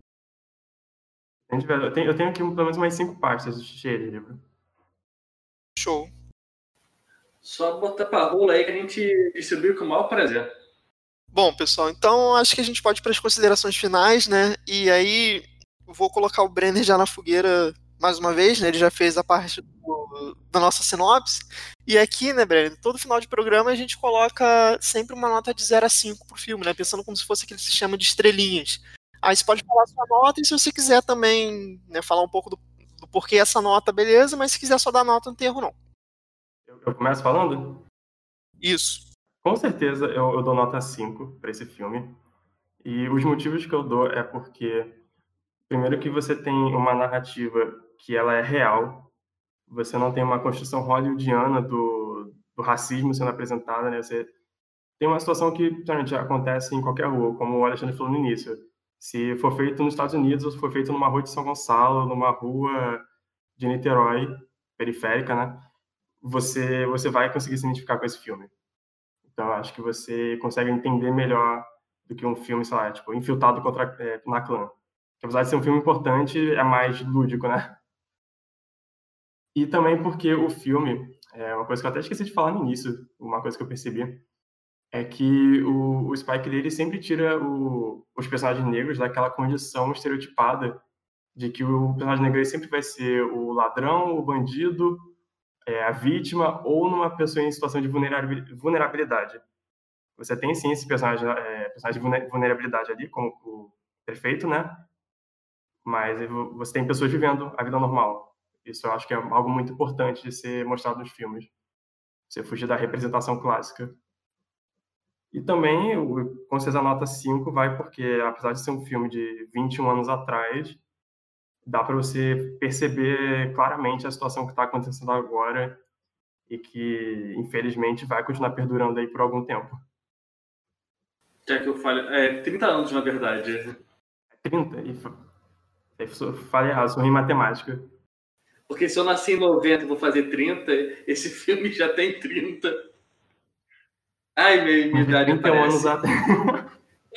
Eu tenho aqui pelo menos umas 5 pastas cheias de livro. Show. Só botar pra rola aí que a gente distribui com o maior prazer. Bom, pessoal, então acho que a gente pode ir para as considerações finais, né? E aí vou colocar o Brenner já na fogueira mais uma vez, né? Ele já fez a parte da nossa sinopse. E aqui, né, Brenner, todo final de programa a gente coloca sempre uma nota de 0 a 5 pro filme, né? Pensando como se fosse aquele sistema de estrelinhas. Aí você pode falar a sua nota e se você quiser também, né, falar um pouco do porquê essa nota, beleza, mas se quiser só dar nota, não tem erro não. Eu começo falando? Isso. Com certeza eu dou nota 5 para esse filme. E os motivos que eu dou é porque, primeiro, que você tem uma narrativa que ela é real, você não tem uma construção hollywoodiana do racismo sendo apresentada, né? Você tem uma situação que realmente acontece em qualquer rua, como o Alexandre falou no início. Se for feito nos Estados Unidos ou se for feito numa rua de São Gonçalo, numa rua de Niterói, periférica, né? Você vai conseguir se identificar com esse filme. Então, acho que você consegue entender melhor do que um filme, sei lá, tipo, Infiltrado na Clã. Que, apesar de ser um filme importante, é mais lúdico, né? E também porque o filme, uma coisa que eu até esqueci de falar no início, uma coisa que eu percebi, é que o Spike Lee ele sempre tira os personagens negros daquela condição estereotipada de que o personagem negro ele sempre vai ser o ladrão, o bandido, a vítima ou numa pessoa em situação de vulnerabilidade. Você tem sim esse personagem de vulnerabilidade ali, como o prefeito, né? Mas você tem pessoas vivendo a vida normal. Isso eu acho que é algo muito importante de ser mostrado nos filmes. Você fugir da representação clássica. E também, com certeza, a nota 5 vai porque, apesar de ser um filme de 21 anos atrás, dá para você perceber claramente a situação que está acontecendo agora e que, infelizmente, vai continuar perdurando aí por algum tempo. Quer que eu fale? 30 anos, na verdade. 30? Eu falei errado, sou ruim em matemática. Porque se eu nasci em 90 e vou fazer 30, esse filme já tem 30. Ai, minha idade 31 anos aparece. atrás.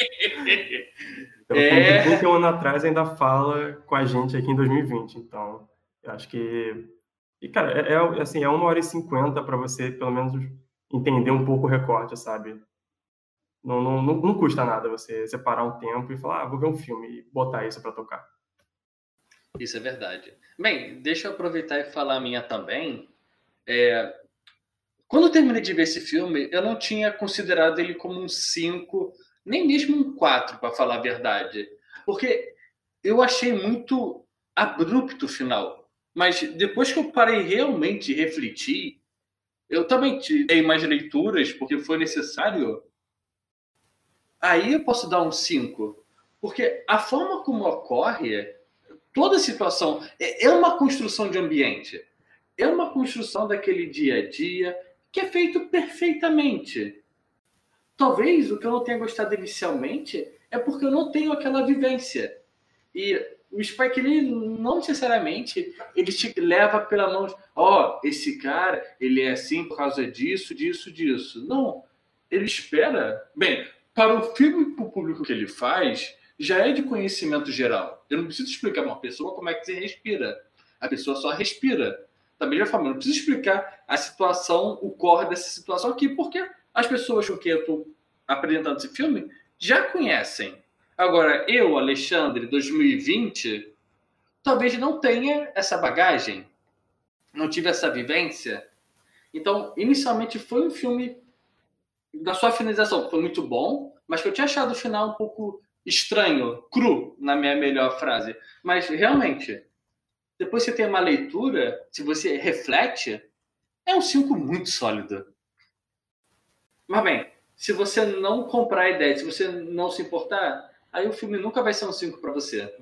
Então, 31 anos atrás ainda fala com a gente aqui em 2020. Então, eu acho que... E, cara, assim, é 1h50 para você, pelo menos, entender um pouco o recorte, sabe? Não custa nada você separar um tempo e falar, vou ver um filme e botar isso para tocar. Isso é verdade. Bem, deixa eu aproveitar e falar a minha também. Quando eu terminei de ver esse filme, eu não tinha considerado ele como um 5, nem mesmo um 4, para falar a verdade. Porque eu achei muito abrupto o final. Mas depois que eu parei realmente de refletir, eu também tirei mais leituras, porque foi necessário. Aí eu posso dar um 5. Porque a forma como ocorre, toda situação é uma construção de ambiente. É uma construção daquele dia a dia que é feito perfeitamente. Talvez o que eu não tenha gostado inicialmente é porque eu não tenho aquela vivência. E o Spike Lee não necessariamente ele te leva pela mão. Esse cara, ele é assim por causa disso, disso, disso. Não. Ele espera... Bem, para o filme e para o público que ele faz, já é de conhecimento geral. Eu não preciso explicar para uma pessoa como é que se respira. A pessoa só respira. Da mesma forma, eu não preciso explicar a situação, o core dessa situação aqui, porque as pessoas com quem eu estou apresentando esse filme já conhecem. Agora, eu, Alexandre, 2020, talvez não tenha essa bagagem. não tive essa vivência. Então, inicialmente foi um filme da sua finalização, que foi muito bom, mas que eu tinha achado o final um pouco estranho, cru, na minha melhor frase. Mas, realmente, depois que você tem uma leitura, se você reflete, é um 5 muito sólido. Mas, bem, se você não comprar a ideia, se você não se importar, aí o filme nunca vai ser um 5 para você.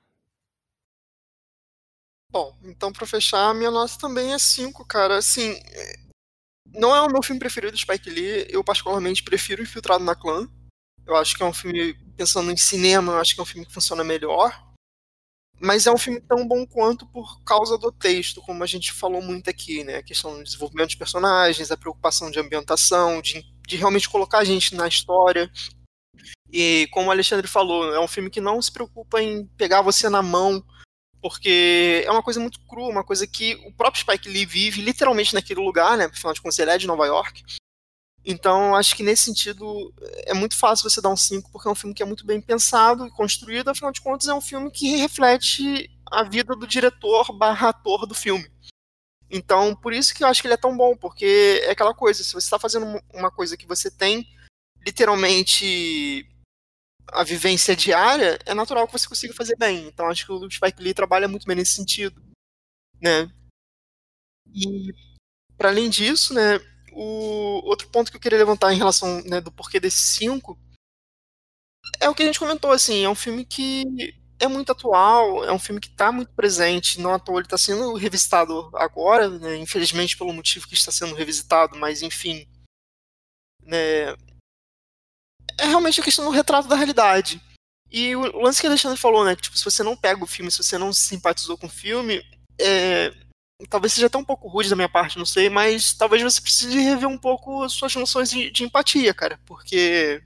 Bom, então pra fechar, a minha nota também é 5, cara. Assim, não é o meu filme preferido do Spike Lee. Eu particularmente prefiro Infiltrado na Clã. Eu acho que é um filme, pensando em cinema, eu acho que é um filme que funciona melhor. Mas é um filme tão bom quanto por causa do texto, como a gente falou muito aqui, né? A questão do desenvolvimento de personagens, a preocupação de ambientação, de realmente colocar a gente na história. E como o Alexandre falou, é um filme que não se preocupa em pegar você na mão, porque é uma coisa muito crua, uma coisa que o próprio Spike Lee vive literalmente naquele lugar, né? Afinal de contas, ele é de Nova York. Então, acho que nesse sentido é muito fácil você dar um 5, porque é um filme que é muito bem pensado e construído, afinal de contas, é um filme que reflete a vida do diretor barra ator do filme. Então, por isso que eu acho que ele é tão bom, porque é aquela coisa, se você está fazendo uma coisa que você tem literalmente a vivência diária, é natural que você consiga fazer bem. Então, acho que o Spike Lee trabalha muito bem nesse sentido, né? E, para além disso, né, o outro ponto que eu queria levantar em relação, né, do porquê desse 5 é o que a gente comentou, assim, é um filme que é muito atual, é um filme que está muito presente, não à toa ele está sendo revisitado agora, né, infelizmente pelo motivo que está sendo revisitado, mas enfim, né, é realmente a questão do retrato da realidade. E o lance que o Alexandre falou, né, que tipo, se você não pega o filme, se você não simpatizou com o filme, talvez seja até um pouco rude da minha parte, não sei, mas talvez você precise rever um pouco as suas noções de empatia, cara, porque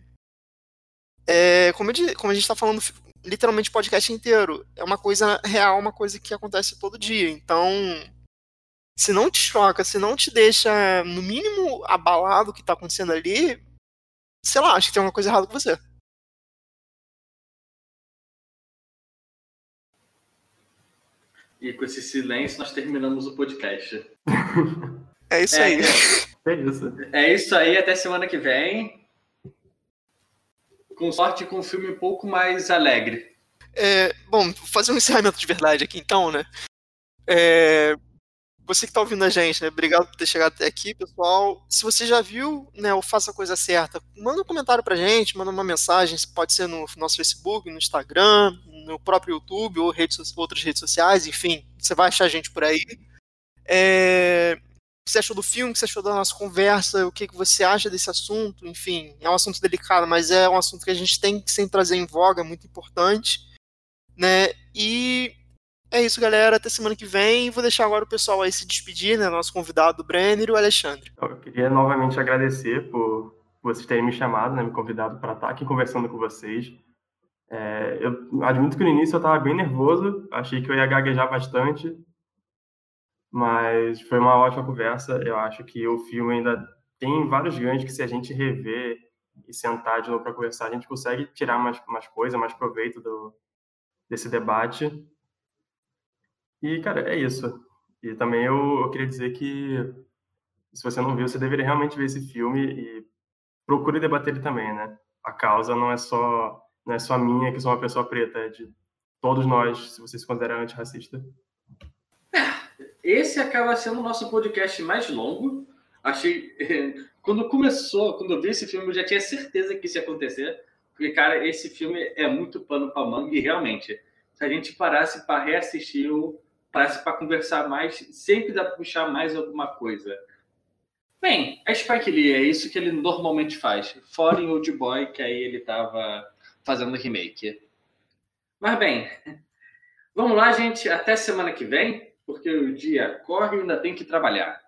como a gente tá falando literalmente o podcast inteiro, é uma coisa real, uma coisa que acontece todo dia. Então, se não te choca, se não te deixa, no mínimo, abalado o que tá acontecendo ali, sei lá, acho que tem alguma coisa errada com você. E com esse silêncio, nós terminamos o podcast. É isso aí. É isso aí, até semana que vem. Com sorte, com um filme um pouco mais alegre. Bom, vou fazer um encerramento de verdade aqui então, né? Você que tá ouvindo a gente, né? Obrigado por ter chegado até aqui, pessoal. Se você já viu, né, o Faça a Coisa Certa, manda um comentário pra gente, manda uma mensagem, pode ser no nosso Facebook, no Instagram, no próprio YouTube ou outras redes sociais, enfim, você vai achar a gente por aí. O que você achou do filme, o que você achou da nossa conversa, o que você acha desse assunto, enfim, é um assunto delicado, mas é um assunto que a gente tem que sempre trazer em voga, é muito importante, né? E é isso, galera. Até semana que vem. Vou deixar agora o pessoal aí se despedir, né? Nosso convidado, o Brenner e o Alexandre. Eu queria novamente agradecer por vocês terem me chamado, né, me convidado para estar aqui conversando com vocês. Eu admito que no início eu estava bem nervoso, achei que eu ia gaguejar bastante, mas foi uma ótima conversa. Eu acho que o filme ainda tem vários ganhos que, se a gente rever e sentar de novo para conversar, a gente consegue tirar mais coisa, mais proveito desse debate. E, cara, é isso. E também eu queria dizer que, se você não viu, você deveria realmente ver esse filme e procure debater ele também, né? A causa não é só minha, que sou uma pessoa preta, é de todos nós, se você se considera antirracista. Esse acaba sendo o nosso podcast mais longo. Achei. Quando eu vi esse filme, eu já tinha certeza que isso ia acontecer. Porque, cara, esse filme é muito pano pra manga e realmente, se a gente parasse para reassistir, parasse para conversar mais, sempre dá para puxar mais alguma coisa. Bem, a Spike Lee é isso que ele normalmente faz. Fora em Old Boy, que aí ele tava fazendo remake. Mas bem, vamos lá, gente. Até semana que vem, porque o dia corre e ainda tem que trabalhar.